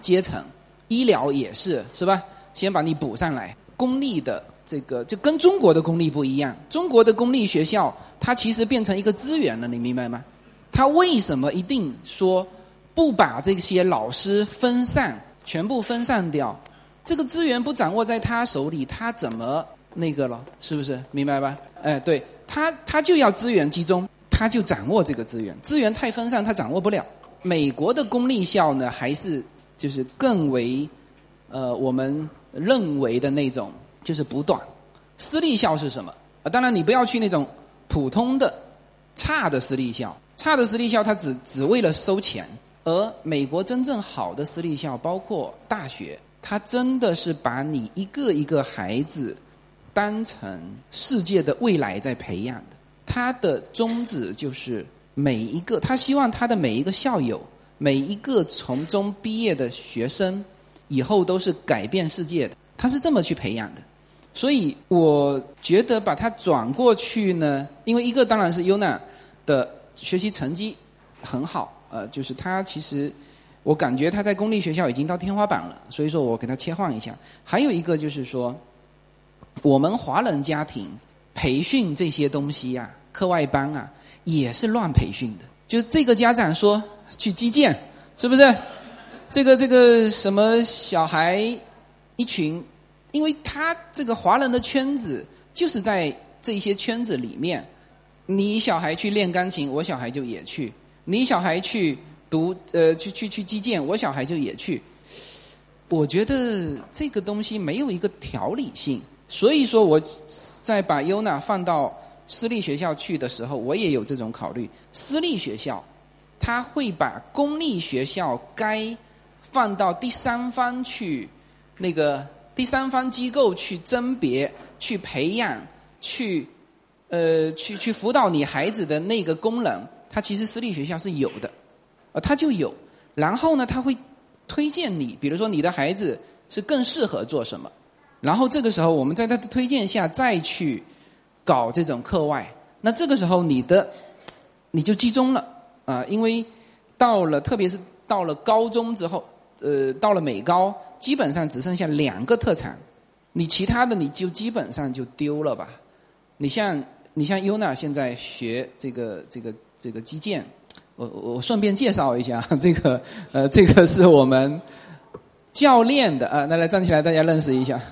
阶层，医疗也是吧？先把你补上来。公立的这个就跟中国的公立不一样，中国的公立学校它其实变成一个资源了，你明白吗？它为什么一定说不把这些老师分散，全部分散掉？这个资源不掌握在他手里，他怎么那个了？是不是？明白吧？对，他就要资源集中，他就掌握这个资源。资源太分散，他掌握不了。美国的公立校呢，还是就是更为我们认为的那种就是补短。私立校是什么？当然你不要去那种普通的差的私立校，差的私立校它只为了收钱。而美国真正好的私立校，包括大学，它真的是把你一个一个孩子当成世界的未来在培养的。它的宗旨就是每一个，他希望他的每一个校友，每一个从中毕业的学生，以后都是改变世界的。他是这么去培养的。所以我觉得把它转过去呢，因为一个当然是 Yona 的学习成绩很好，就是他其实我感觉他在公立学校已经到天花板了，所以说我给他切换一下。还有一个就是说，我们华人家庭培训这些东西啊，课外班啊，也是乱培训的。就这个家长说去击剑，是不是？这个什么小孩一群，因为他这个华人的圈子就是在这些圈子里面，你小孩去练钢琴，我小孩就也去；你小孩去读去击剑，我小孩就也去。我觉得这个东西没有一个条理性，所以说我在把 Yona 放到私立学校去的时候，我也有这种考虑。私立学校他会把公立学校该放到第三方去，那个第三方机构去甄别、去培养、去辅导你孩子的那个功能，它其实私立学校是有的，它就有。然后呢，他会推荐你，比如说你的孩子是更适合做什么，然后这个时候我们在他的推荐下再去搞这种课外。那这个时候你就集中了因为特别是到了高中之后，到了美高，基本上只剩下2个特长，你其他的你就基本上就丢了吧。你像 Yona 现在学这个击剑，我顺便介绍一下，这个是我们教练的那来站起来，大家认识一下。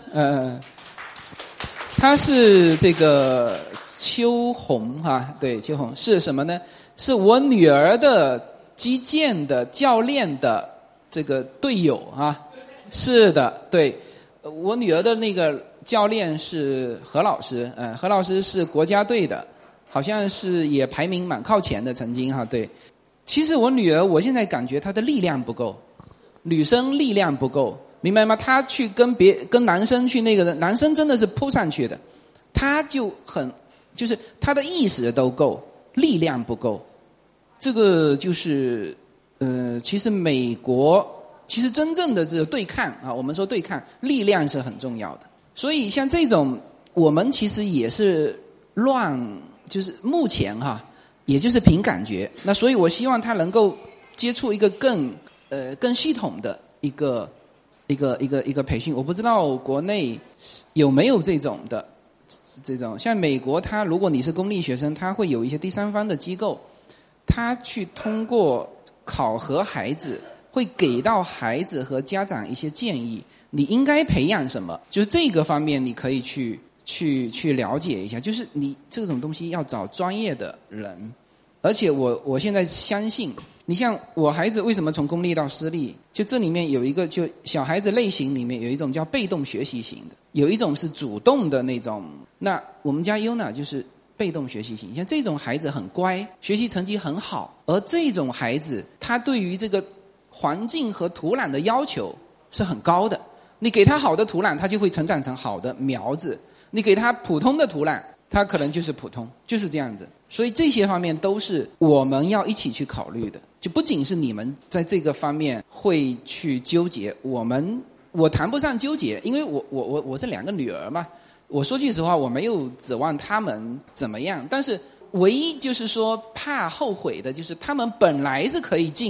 他是这个秋红对，秋红是什么呢？是我女儿的击剑的教练的这个队友是的，对，我女儿的那个教练是何老师，何老师是国家队的，好像是也排名蛮靠前的，曾经对。其实我女儿，我现在感觉她的力量不够，女生力量不够，明白吗？她去跟男生去那个，男生真的是扑上去的，她就是她的意识都够，力量不够。这个就是其实美国其实真正的这个对抗我们说对抗，力量是很重要的。所以像这种我们其实也是就是目前也就是凭感觉。那所以我希望他能够接触一个更系统的一个培训。我不知道国内有没有这种像美国，他如果你是公立学生，他会有一些第三方的机构，他去通过考核孩子，会给到孩子和家长一些建议，你应该培养什么，就是这个方面你可以去了解一下。就是你这种东西要找专业的人。而且我现在相信，你像我孩子为什么从公立到私立，就这里面有一个，就小孩子类型里面有一种叫被动学习型的，有一种是主动的那种。那我们家 Yona 就是被动学习型，像这种孩子很乖，学习成绩很好，而这种孩子他对于这个环境和土壤的要求是很高的。你给他好的土壤，他就会成长成好的苗子；你给他普通的土壤，他可能就是普通，就是这样子。所以这些方面都是我们要一起去考虑的，就不仅是你们在这个方面会去纠结，我谈不上纠结，因为我是2个女儿嘛。我说句实话，我没有指望他们怎么样，但是唯一就是说怕后悔的，就是他们本来是可以进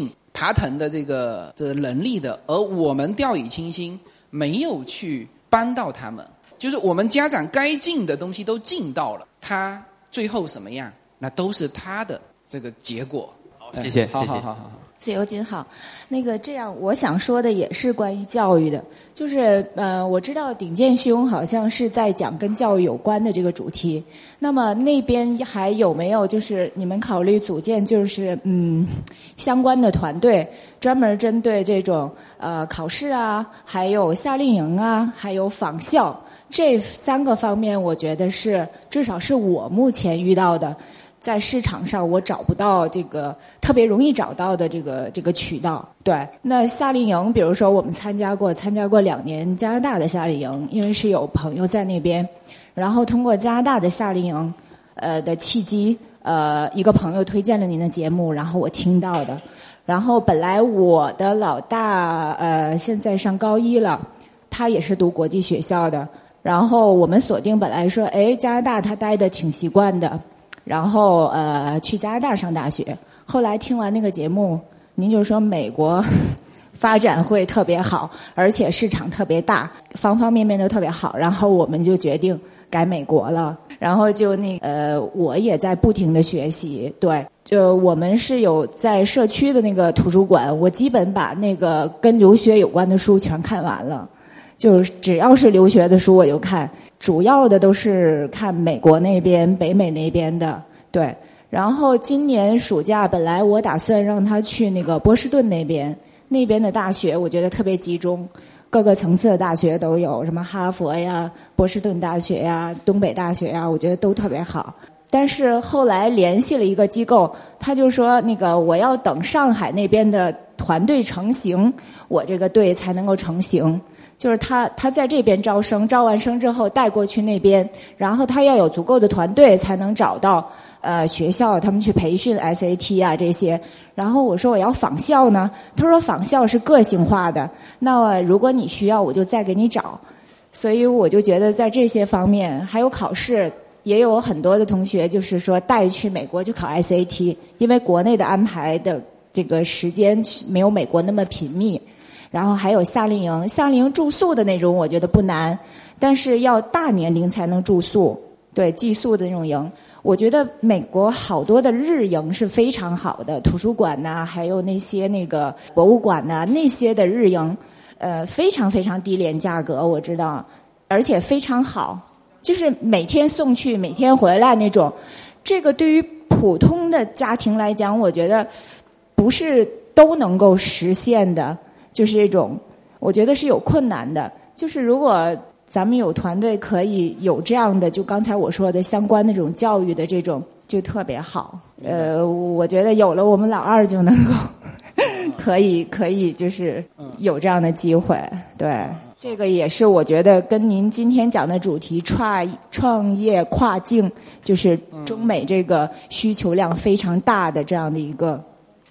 爬藤的这个能力的，而我们掉以轻心，没有去帮到他们。就是我们家长该尽的东西都尽到了，他最后什么样，那都是他的这个结果。 好，谢谢， 好。 自由君好，这样我想说的也是关于教育的，就是我知道鼎健兄好像是在讲跟教育有关的这个主题，那么那边还有没有就是你们考虑组建就是相关的团队，专门针对这种考试啊，还有夏令营啊，还有仿效这3个方面，我觉得是至少是我目前遇到的。在市场上我找不到这个特别容易找到的这个渠道。对，那夏令营比如说我们参加过2年加拿大的夏令营，因为是有朋友在那边，然后通过加拿大的夏令营的契机，一个朋友推荐了您的节目，然后我听到的。然后本来我的老大现在上高1了，他也是读国际学校的，然后我们锁定本来说加拿大他待的挺习惯的，然后去加拿大上大学。后来听完那个节目，您就说美国发展会特别好，而且市场特别大，方方面面都特别好，然后我们就决定改美国了。然后就我也在不停的学习。对，就我们是有在社区的那个图书馆，我基本把那个跟留学有关的书全看完了，就只要是留学的书我就看，主要的都是看美国那边北美那边的。对，然后今年暑假本来我打算让他去那个波士顿那边的大学，我觉得特别集中，各个层次的大学都有，什么哈佛呀、波士顿大学呀、东北大学呀，我觉得都特别好。但是后来联系了一个机构，他就说我要等上海那边的团队成型，我这个队才能够成型。就是他在这边招生，招完生之后带过去那边，然后他要有足够的团队才能找到学校，他们去培训 SAT 啊这些。然后我说我要仿效呢，他说仿效是个性化的，那如果你需要我就再给你找。所以我就觉得在这些方面，还有考试，也有很多的同学就是说带去美国去考 SAT， 因为国内的安排的这个时间没有美国那么频密。然后还有夏令营住宿的那种我觉得不难，但是要大年龄才能住宿，对，寄宿的那种营。我觉得美国好多的日营是非常好的，图书馆呐，还有那些博物馆呐，那些的日营非常非常低廉价格，我知道，而且非常好，就是每天送去每天回来那种。这个对于普通的家庭来讲，我觉得不是都能够实现的，就是这种我觉得是有困难的。就是如果咱们有团队可以有这样的，就刚才我说的相关的这种教育的这种，就特别好。我觉得有了我们老二就能够可以就是有这样的机会。对，这个也是我觉得跟您今天讲的主题创业跨境，就是中美这个需求量非常大的这样的一个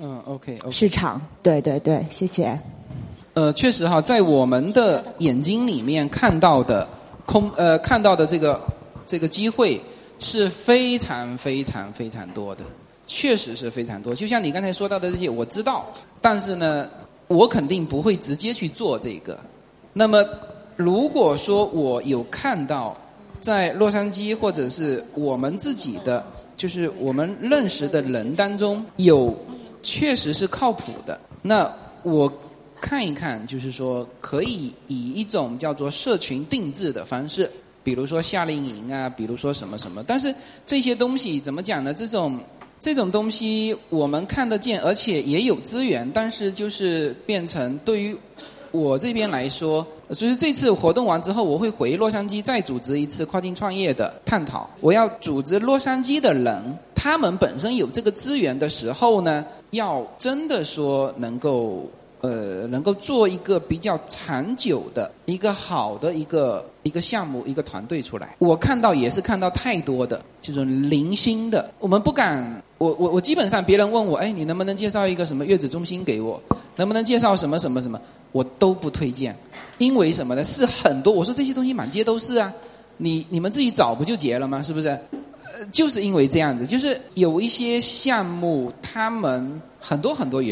OK 市场。对对对，谢谢。 确实哈，在我们的眼睛里面看到的看到的这个机会是非常非常非常多的，确实是非常多。就像你刚才说到的这些，我知道，但是呢，我肯定不会直接去做这个。那么，如果说我有看到在洛杉矶或者是我们自己的，就是我们认识的人当中有确实是靠谱的，那我看一看，就是说可以以一种叫做社群定制的方式，比如说夏令营啊，比如说什么什么。但是这些东西怎么讲呢？这种东西我们看得见，而且也有资源，但是就是变成对于我这边来说，所以这次活动完之后，我会回洛杉矶再组织一次跨境创业的探讨。我要组织洛杉矶的人，他们本身有这个资源的时候呢，要真的说能够做一个比较长久的一个好的一个项目一个团队出来。我看到也是看到太多的这种零星的，我们不敢，我基本上别人问我，你能不能介绍一个什么月子中心给我，能不能介绍什么什么什么，我都不推荐。因为什么呢？是很多，我说这些东西满街都是啊，你们自己找不就结了吗？是不是？就是因为这样子，就是有一些项目他们很多原因，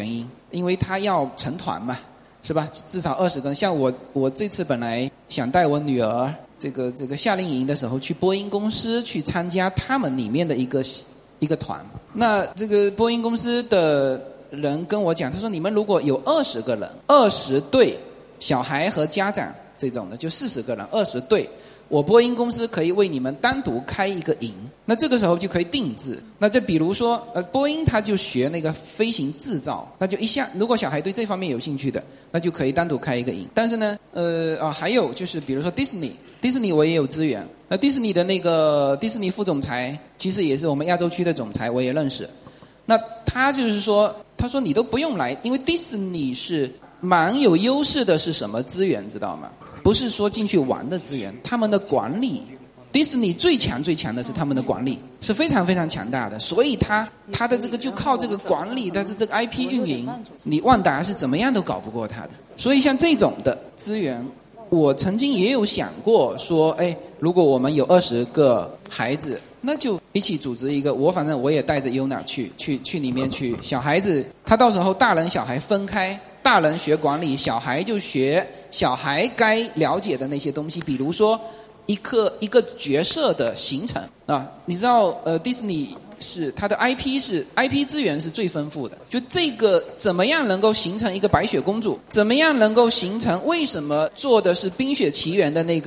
因为他要成团嘛，是吧？至少20个人。像我这次本来想带我女儿这个夏令营的时候去波音公司去参加他们里面的一个团。那这个波音公司的人跟我讲，他说你们如果有20个人，20对小孩和家长这种的，就40个人，20对。我波音公司可以为你们单独开一个营，那这个时候就可以定制。那就比如说，波音他就学那个飞行制造，那就如果小孩对这方面有兴趣的，那就可以单独开一个营。但是呢，还有就是比如说迪士尼我也有资源。那迪士尼的那个迪士尼副总裁，其实也是我们亚洲区的总裁，我也认识。那他就是说，他说你都不用来，因为迪士尼是蛮有优势的，是什么资源知道吗？不是说进去玩的资源，他们的管理，迪士尼最强的是他们的管理，是非常非常强大的，所以他的这个就靠这个管理，他的这个 IP 运营，你万达是怎么样都搞不过他的。所以像这种的资源，我曾经也有想过说，如果我们有20个孩子，那就一起组织一个，反正我也带着 Yuna 去里面去，小孩子他到时候大人小孩分开。大人学管理，小孩就学小孩该了解的那些东西，比如说一个角色的形成啊，你知道迪士尼是它的 IP 资源是最丰富的，就这个怎么样能够形成一个白雪公主，怎么样能够形成为什么做的是冰雪奇缘的那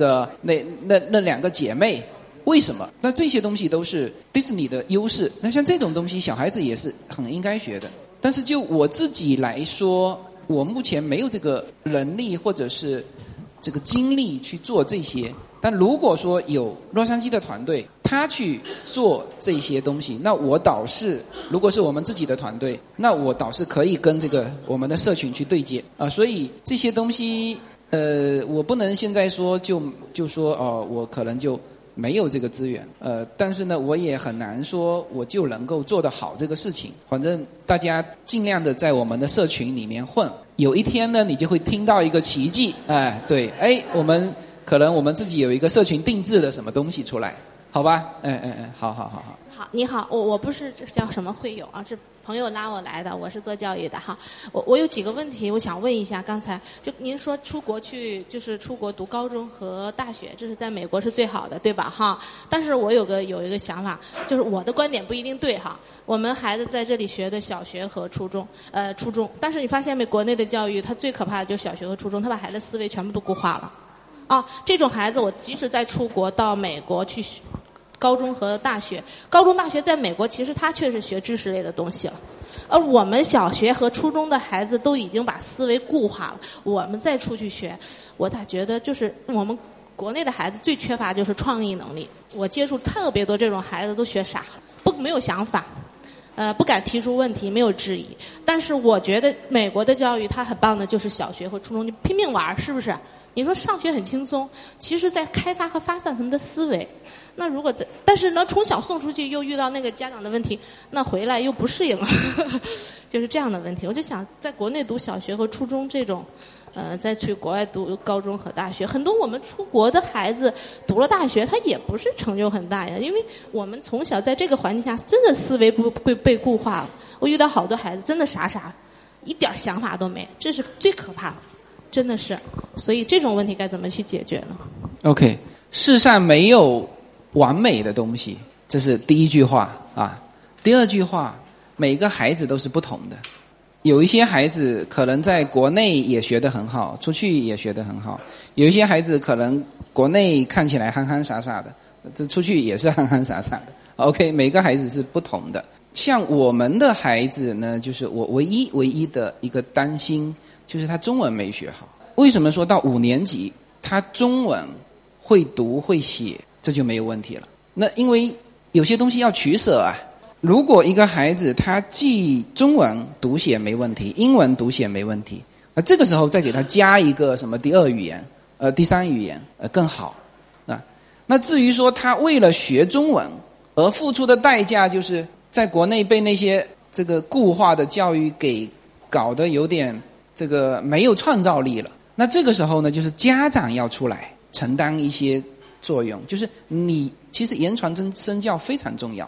2个姐妹，为什么？那这些东西都是迪士尼的优势。那像这种东西，小孩子也是很应该学的。但是就我自己来说，我目前没有这个能力或者是这个精力去做这些。但如果说有洛杉矶的团队，他去做这些东西，那我倒是，如果是我们自己的团队，那我倒是可以跟这个我们的社群去对接啊。所以这些东西，我不能现在说就说我可能就没有这个资源，但是呢，我也很难说我就能够做得好这个事情。反正大家尽量的在我们的社群里面混，有一天呢，你就会听到一个奇迹，我们可能我们自己有一个社群定制的什么东西出来，好吧？好。 好，你好，我不是叫什么会友啊，是朋友拉我来的，我是做教育的哈。我有几个问题，我想问一下。刚才就您说出国去，就是出国读高中和大学，这是在美国是最好的，对吧？哈。但是我有一个想法，就是我的观点不一定对哈。我们孩子在这里学的小学和初中，但是你发现没？国内的教育它最可怕的就是小学和初中，它把孩子思维全部都固化了。啊，这种孩子我即使在出国到美国去高中和大学，高中大学在美国其实他确实学知识类的东西了，而我们小学和初中的孩子都已经把思维固化了，我们再出去学，我咋觉得就是我们国内的孩子最缺乏就是创意能力。我接触特别多这种孩子都学傻了，没有想法，不敢提出问题，没有质疑。但是我觉得美国的教育它很棒的就是小学和初中就拼命玩，是不是？你说上学很轻松，其实在开发和发散他们的思维。那如果但是呢，从小送出去又遇到那个家长的问题，那回来又不适应了，就是这样的问题。我就想，在国内读小学和初中这种，再去国外读高中和大学，很多我们出国的孩子读了大学，他也不是成就很大呀，因为我们从小在这个环境下，真的思维不会被固化了。我遇到好多孩子真的傻，一点想法都没，这是最可怕的。真的是，所以这种问题该怎么去解决呢 ？OK， 世上没有完美的东西，这是第一句话啊。第二句话，每个孩子都是不同的，有一些孩子可能在国内也学得很好，出去也学得很好；有一些孩子可能国内看起来憨憨傻傻的，这出去也是憨憨傻傻的。OK， 每个孩子是不同的。像我们的孩子呢，就是我唯一的一个担心。就是他中文没学好。为什么说到5年级他中文会读会写，这就没有问题了？那因为有些东西要取舍啊。如果一个孩子他既中文读写没问题，英文读写没问题，这个时候再给他加一个什么第2语言、第3语言更好啊。那至于说他为了学中文而付出的代价，就是在国内被那些这个固化的教育给搞得有点这个没有创造力了。那这个时候呢，就是家长要出来承担一些作用，就是你其实言传身教非常重要。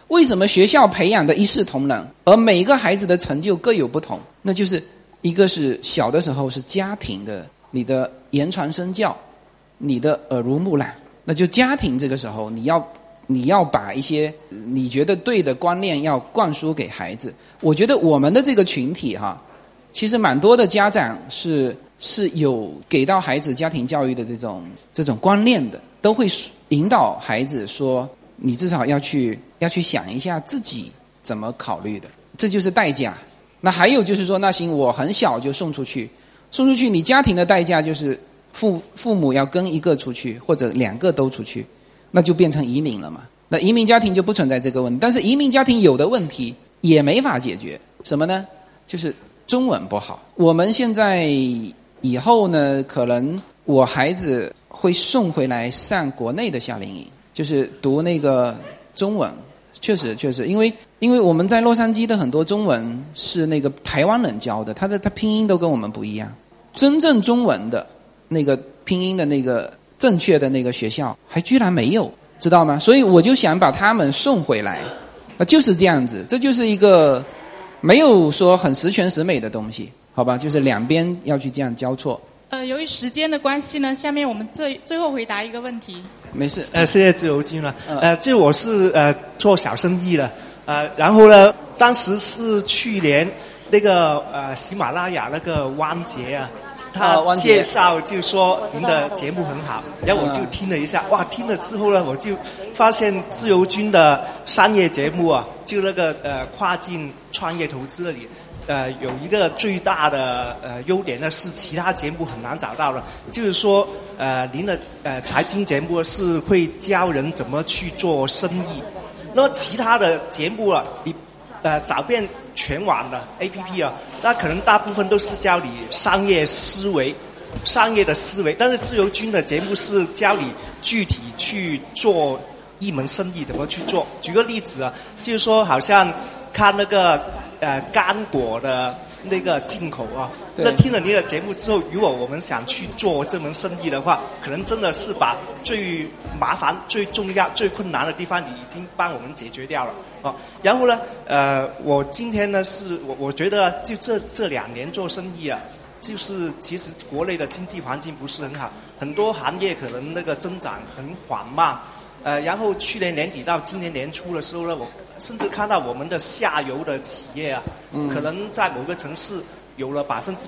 为什么学校培养的一视同仁，而每一个孩子的成就各有不同？那就是一个是小的时候是家庭的，你的言传身教，你的耳濡目染，那就家庭这个时候你要把一些你觉得对的观念要灌输给孩子。我觉得我们的这个群体其实蛮多的家长是有给到孩子家庭教育的这种观念的，都会引导孩子说，你至少要去想一下自己怎么考虑的，这就是代价。那还有就是说，那行我很小就送出去，你家庭的代价就是父母要跟一个出去或者两个都出去，那就变成移民了嘛。那移民家庭就不存在这个问题，但是移民家庭有的问题也没法解决，什么呢？就是中文不好。我们现在以后呢，可能我孩子会送回来上国内的夏令营，就是读那个中文。确实，因为我们在洛杉矶的很多中文是那个台湾人教的，他拼音都跟我们不一样。真正中文的那个拼音的那个正确的那个学校还居然没有，知道吗？所以我就想把他们送回来，就是这样子。这就是一个没有说很十全十美的东西，好吧？就是两边要去这样交错。 由于时间的关系呢，下面我们最后回答一个问题。 没事。 谢谢自由君了。就我是做小生意的，然后呢，当时是去年那个喜马拉雅那个汪杰啊，他介绍就说您的节目很好，然后我就听了一下，哇，听了之后呢，我就发现自由君的商业节目啊，就那个跨境创业投资那里。有一个最大的优点呢，是其他节目很难找到的，就是说您的财经节目是会教人怎么去做生意。那么其他的节目啊，你找遍全网的 APP 啊，那可能大部分都是教你商业的思维，但是自由君的节目是教你具体去做一门生意怎么去做。举个例子啊，就是说好像看那个干果的那个进口啊，那听了你的节目之后，如果我们想去做这门生意的话，可能真的是把最麻烦、最重要、最困难的地方，你已经帮我们解决掉了啊。然后呢，我今天呢我觉得就这2年做生意啊，就是其实国内的经济环境不是很好，很多行业可能那个增长很缓慢。然后去年年底到今年年初的时候呢，我甚至看到我们的下游的企业啊，可能在某个城市有了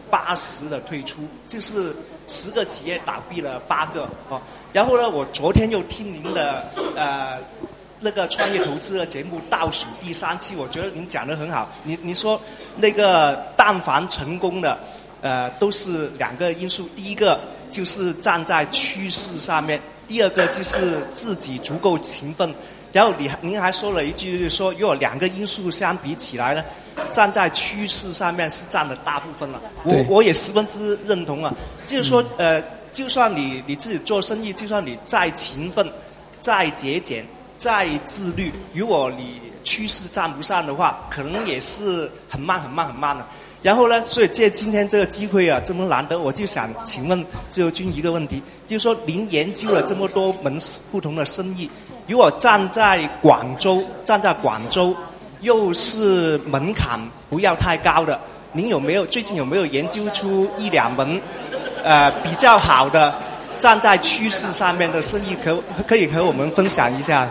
80%的退出，就是10个企业倒闭了8个哦。然后呢，我昨天又听您的那个创业投资的节目倒数第3期，我觉得您讲得很好。你说那个但凡成功的，都是2个因素，第一个就是站在趋势上面。第二个就是自己足够勤奋，然后您还说了一句，就是说如果2个因素相比起来呢，站在趋势上面是占了大部分了。我也十分之认同啊，就是说就算你自己做生意，就算你再勤奋、再节俭、再自律，如果你趋势站不上的话，可能也是很慢的。然后呢，所以借今天这个机会啊，这么难得，我就想请问自由君一个问题，就是说您研究了这么多门不同的生意，如果站在广州，又是门槛不要太高的，您最近有没有研究出1-2门比较好的站在趋势上面的生意，可以和我们分享一下？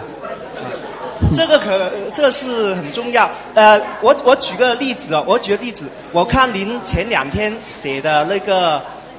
这是很重要。我举个例子哦，我看您前2天写的那个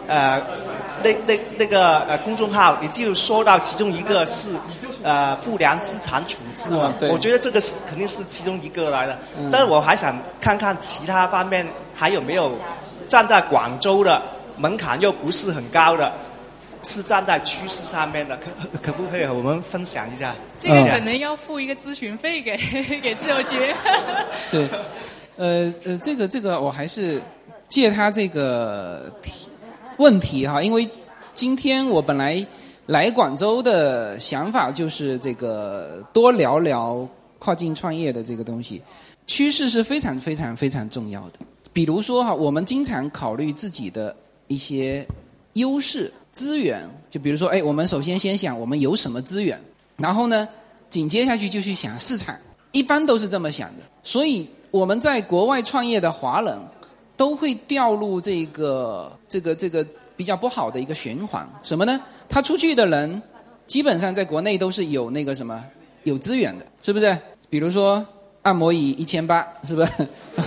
那个公众号，你就说到其中一个是不良资产处置嘛，我觉得这个肯定是其中一个来的。但是我还想看看其他方面还有没有站在广州的门槛又不是很高的，是站在趋势上面的，可不可以和我们分享一下？ 这个可能要付一个咨询费给自由君。 对，这个我还是借他这个问题哈，因为今天我本来来广州的想法就是这个多聊聊跨境创业的这个东西，趋势是非常非常非常重要的。比如说哈，我们经常考虑自己的一些优势资源，就比如说，我们首先想我们有什么资源，然后呢，紧接下去就去想市场， 一般都是这么想的。所以我们在国外创业的华人都会掉入这个比较不好的一个循环。什么呢？他出去的人基本上在国内都是有那个什么有资源的，是不是？比如说按摩椅1800，是不是？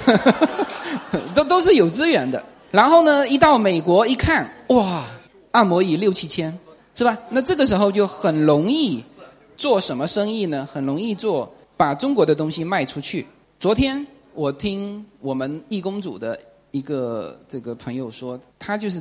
都是有资源的。然后呢，一到美国一看，哇，按摩椅6、7千，是吧？那这个时候就很容易做什么生意呢？很容易把中国的东西卖出去。昨天我听我们义工组的一个这个朋友说，他就是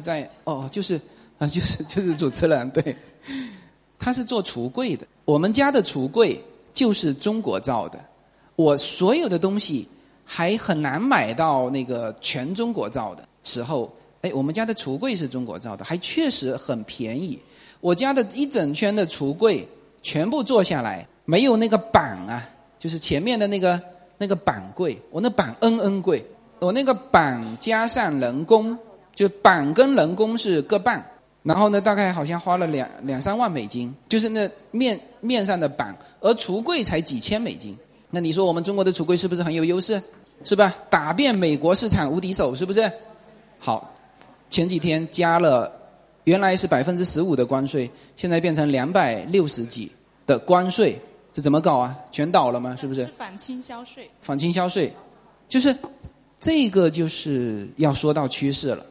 就是主持人，对，他是做橱柜的。我们家的橱柜就是中国造的，我所有的东西还很难买到那个全中国造的时候，我们家的橱柜是中国造的，还确实很便宜。我家的一整圈的橱柜全部做下来，没有那个板啊，就是前面的那个板柜，我那板贵，我那个板加上人工，就板跟人工是各半，然后呢大概好像花了2、3万美金，就是那面上的板，而橱柜才几千美金。那你说我们中国的橱柜是不是很有优势？是吧？打遍美国市场无敌手，是不是？好，前几天加了，原来是15%的关税，现在变成260几的关税，这怎么搞啊？全倒了吗？是不是？ 是反倾销税。 反倾销税，就是这个就是要说到趋势了，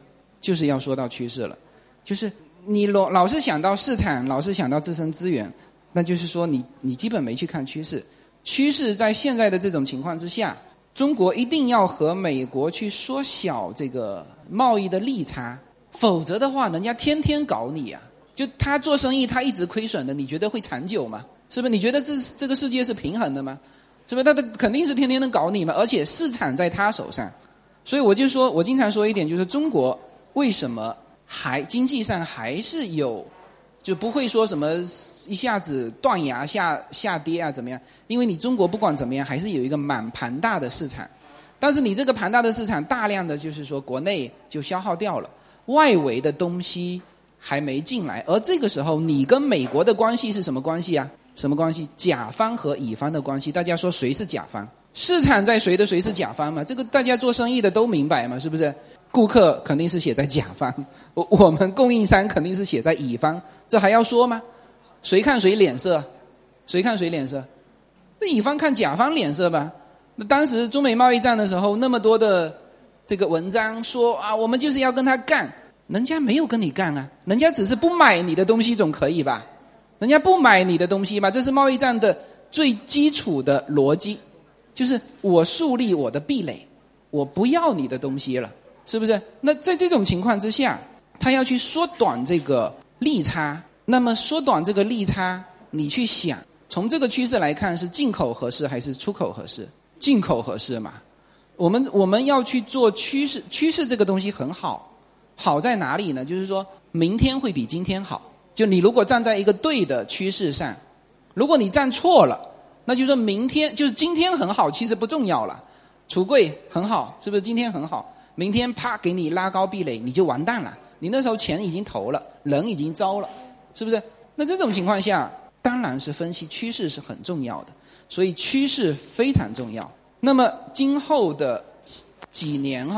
就是你老是想到市场，老是想到自身资源，那就是说你基本没去看趋势。趋势在现在的这种情况之下，中国一定要和美国去缩小这个贸易的利差，否则的话人家天天搞你啊。就他做生意他一直亏损的，你觉得会长久吗？是不是？你觉得这个世界是平衡的吗？是不是？他肯定是天天能搞你嘛，而且市场在他手上。所以我经常说一点，就是中国为什么经济上还是有，就不会说什么一下子断崖下跌啊怎么样？因为你中国不管怎么样还是有一个蛮庞大的市场，但是你这个庞大的市场大量的就是说国内就消耗掉了，外围的东西还没进来，而这个时候你跟美国的关系是什么关系啊？什么关系？甲方和乙方的关系。大家说谁是甲方？市场在谁的谁是甲方嘛？这个大家做生意的都明白嘛，是不是？顾客肯定是写在甲方，我们供应商肯定是写在乙方，这还要说吗？谁看谁脸色？谁看谁脸色？那乙方看甲方脸色吧。那当时中美贸易战的时候，那么多的这个文章说啊，我们就是要跟他干，人家没有跟你干啊，人家只是不买你的东西总可以吧？人家不买你的东西嘛，这是贸易战的最基础的逻辑，就是我树立我的壁垒，我不要你的东西了，是不是？那在这种情况之下，他要去缩短这个利差，那么缩短这个利差，你去想，从这个趋势来看，是进口合适还是出口合适？进口合适嘛。我们要去做趋势，趋势这个东西很好，好在哪里呢？就是说明天会比今天好。就你如果站在一个对的趋势上，如果你站错了，那就是说明天就是今天很好，其实不重要了。橱柜很好，是不是今天很好？明天啪给你拉高壁垒，你就完蛋了。你那时候钱已经投了，人已经招了，是不是？那这种情况下，当然是分析趋势是很重要的，所以趋势非常重要。那么今后的几年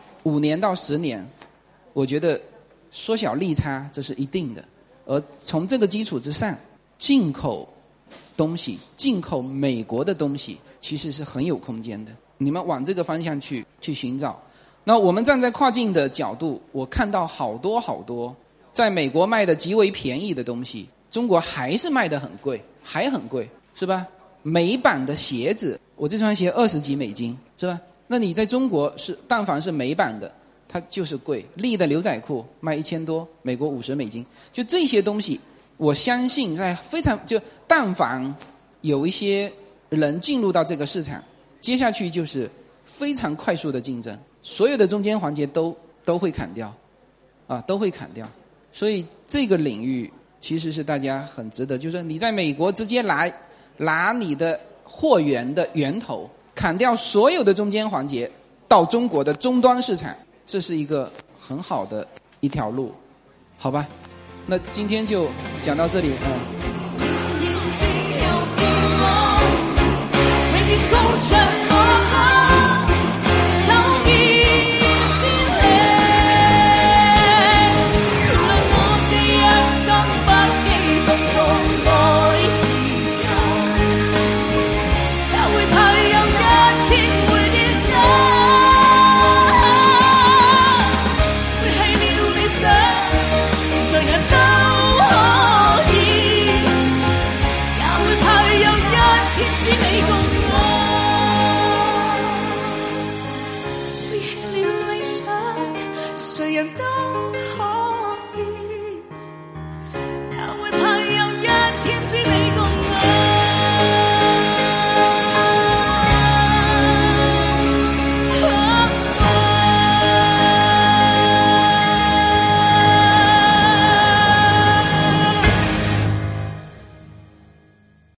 5年到10年，我觉得缩小利差这是一定的。而从这个基础之上，进口东西，进口美国的东西，其实是很有空间的。你们往这个方向去寻找。那我们站在跨境的角度，我看到好多在美国卖的极为便宜的东西，中国还是卖得很贵，还很贵，是吧？美版的鞋子，我这双鞋20几美金，是吧？那你在中国但凡是美版的，它就是贵。利的牛仔裤卖1000多，美国50美金。就这些东西，我相信在但凡有一些人进入到这个市场，接下去就是非常快速的竞争，所有的中间环节都会砍掉，都会砍掉。所以这个领域其实是大家很值得，就是你在美国直接拿你的货源的源头，砍掉所有的中间环节，到中国的终端市场，这是一个很好的一条路，好吧？那今天就讲到这里。 谁人都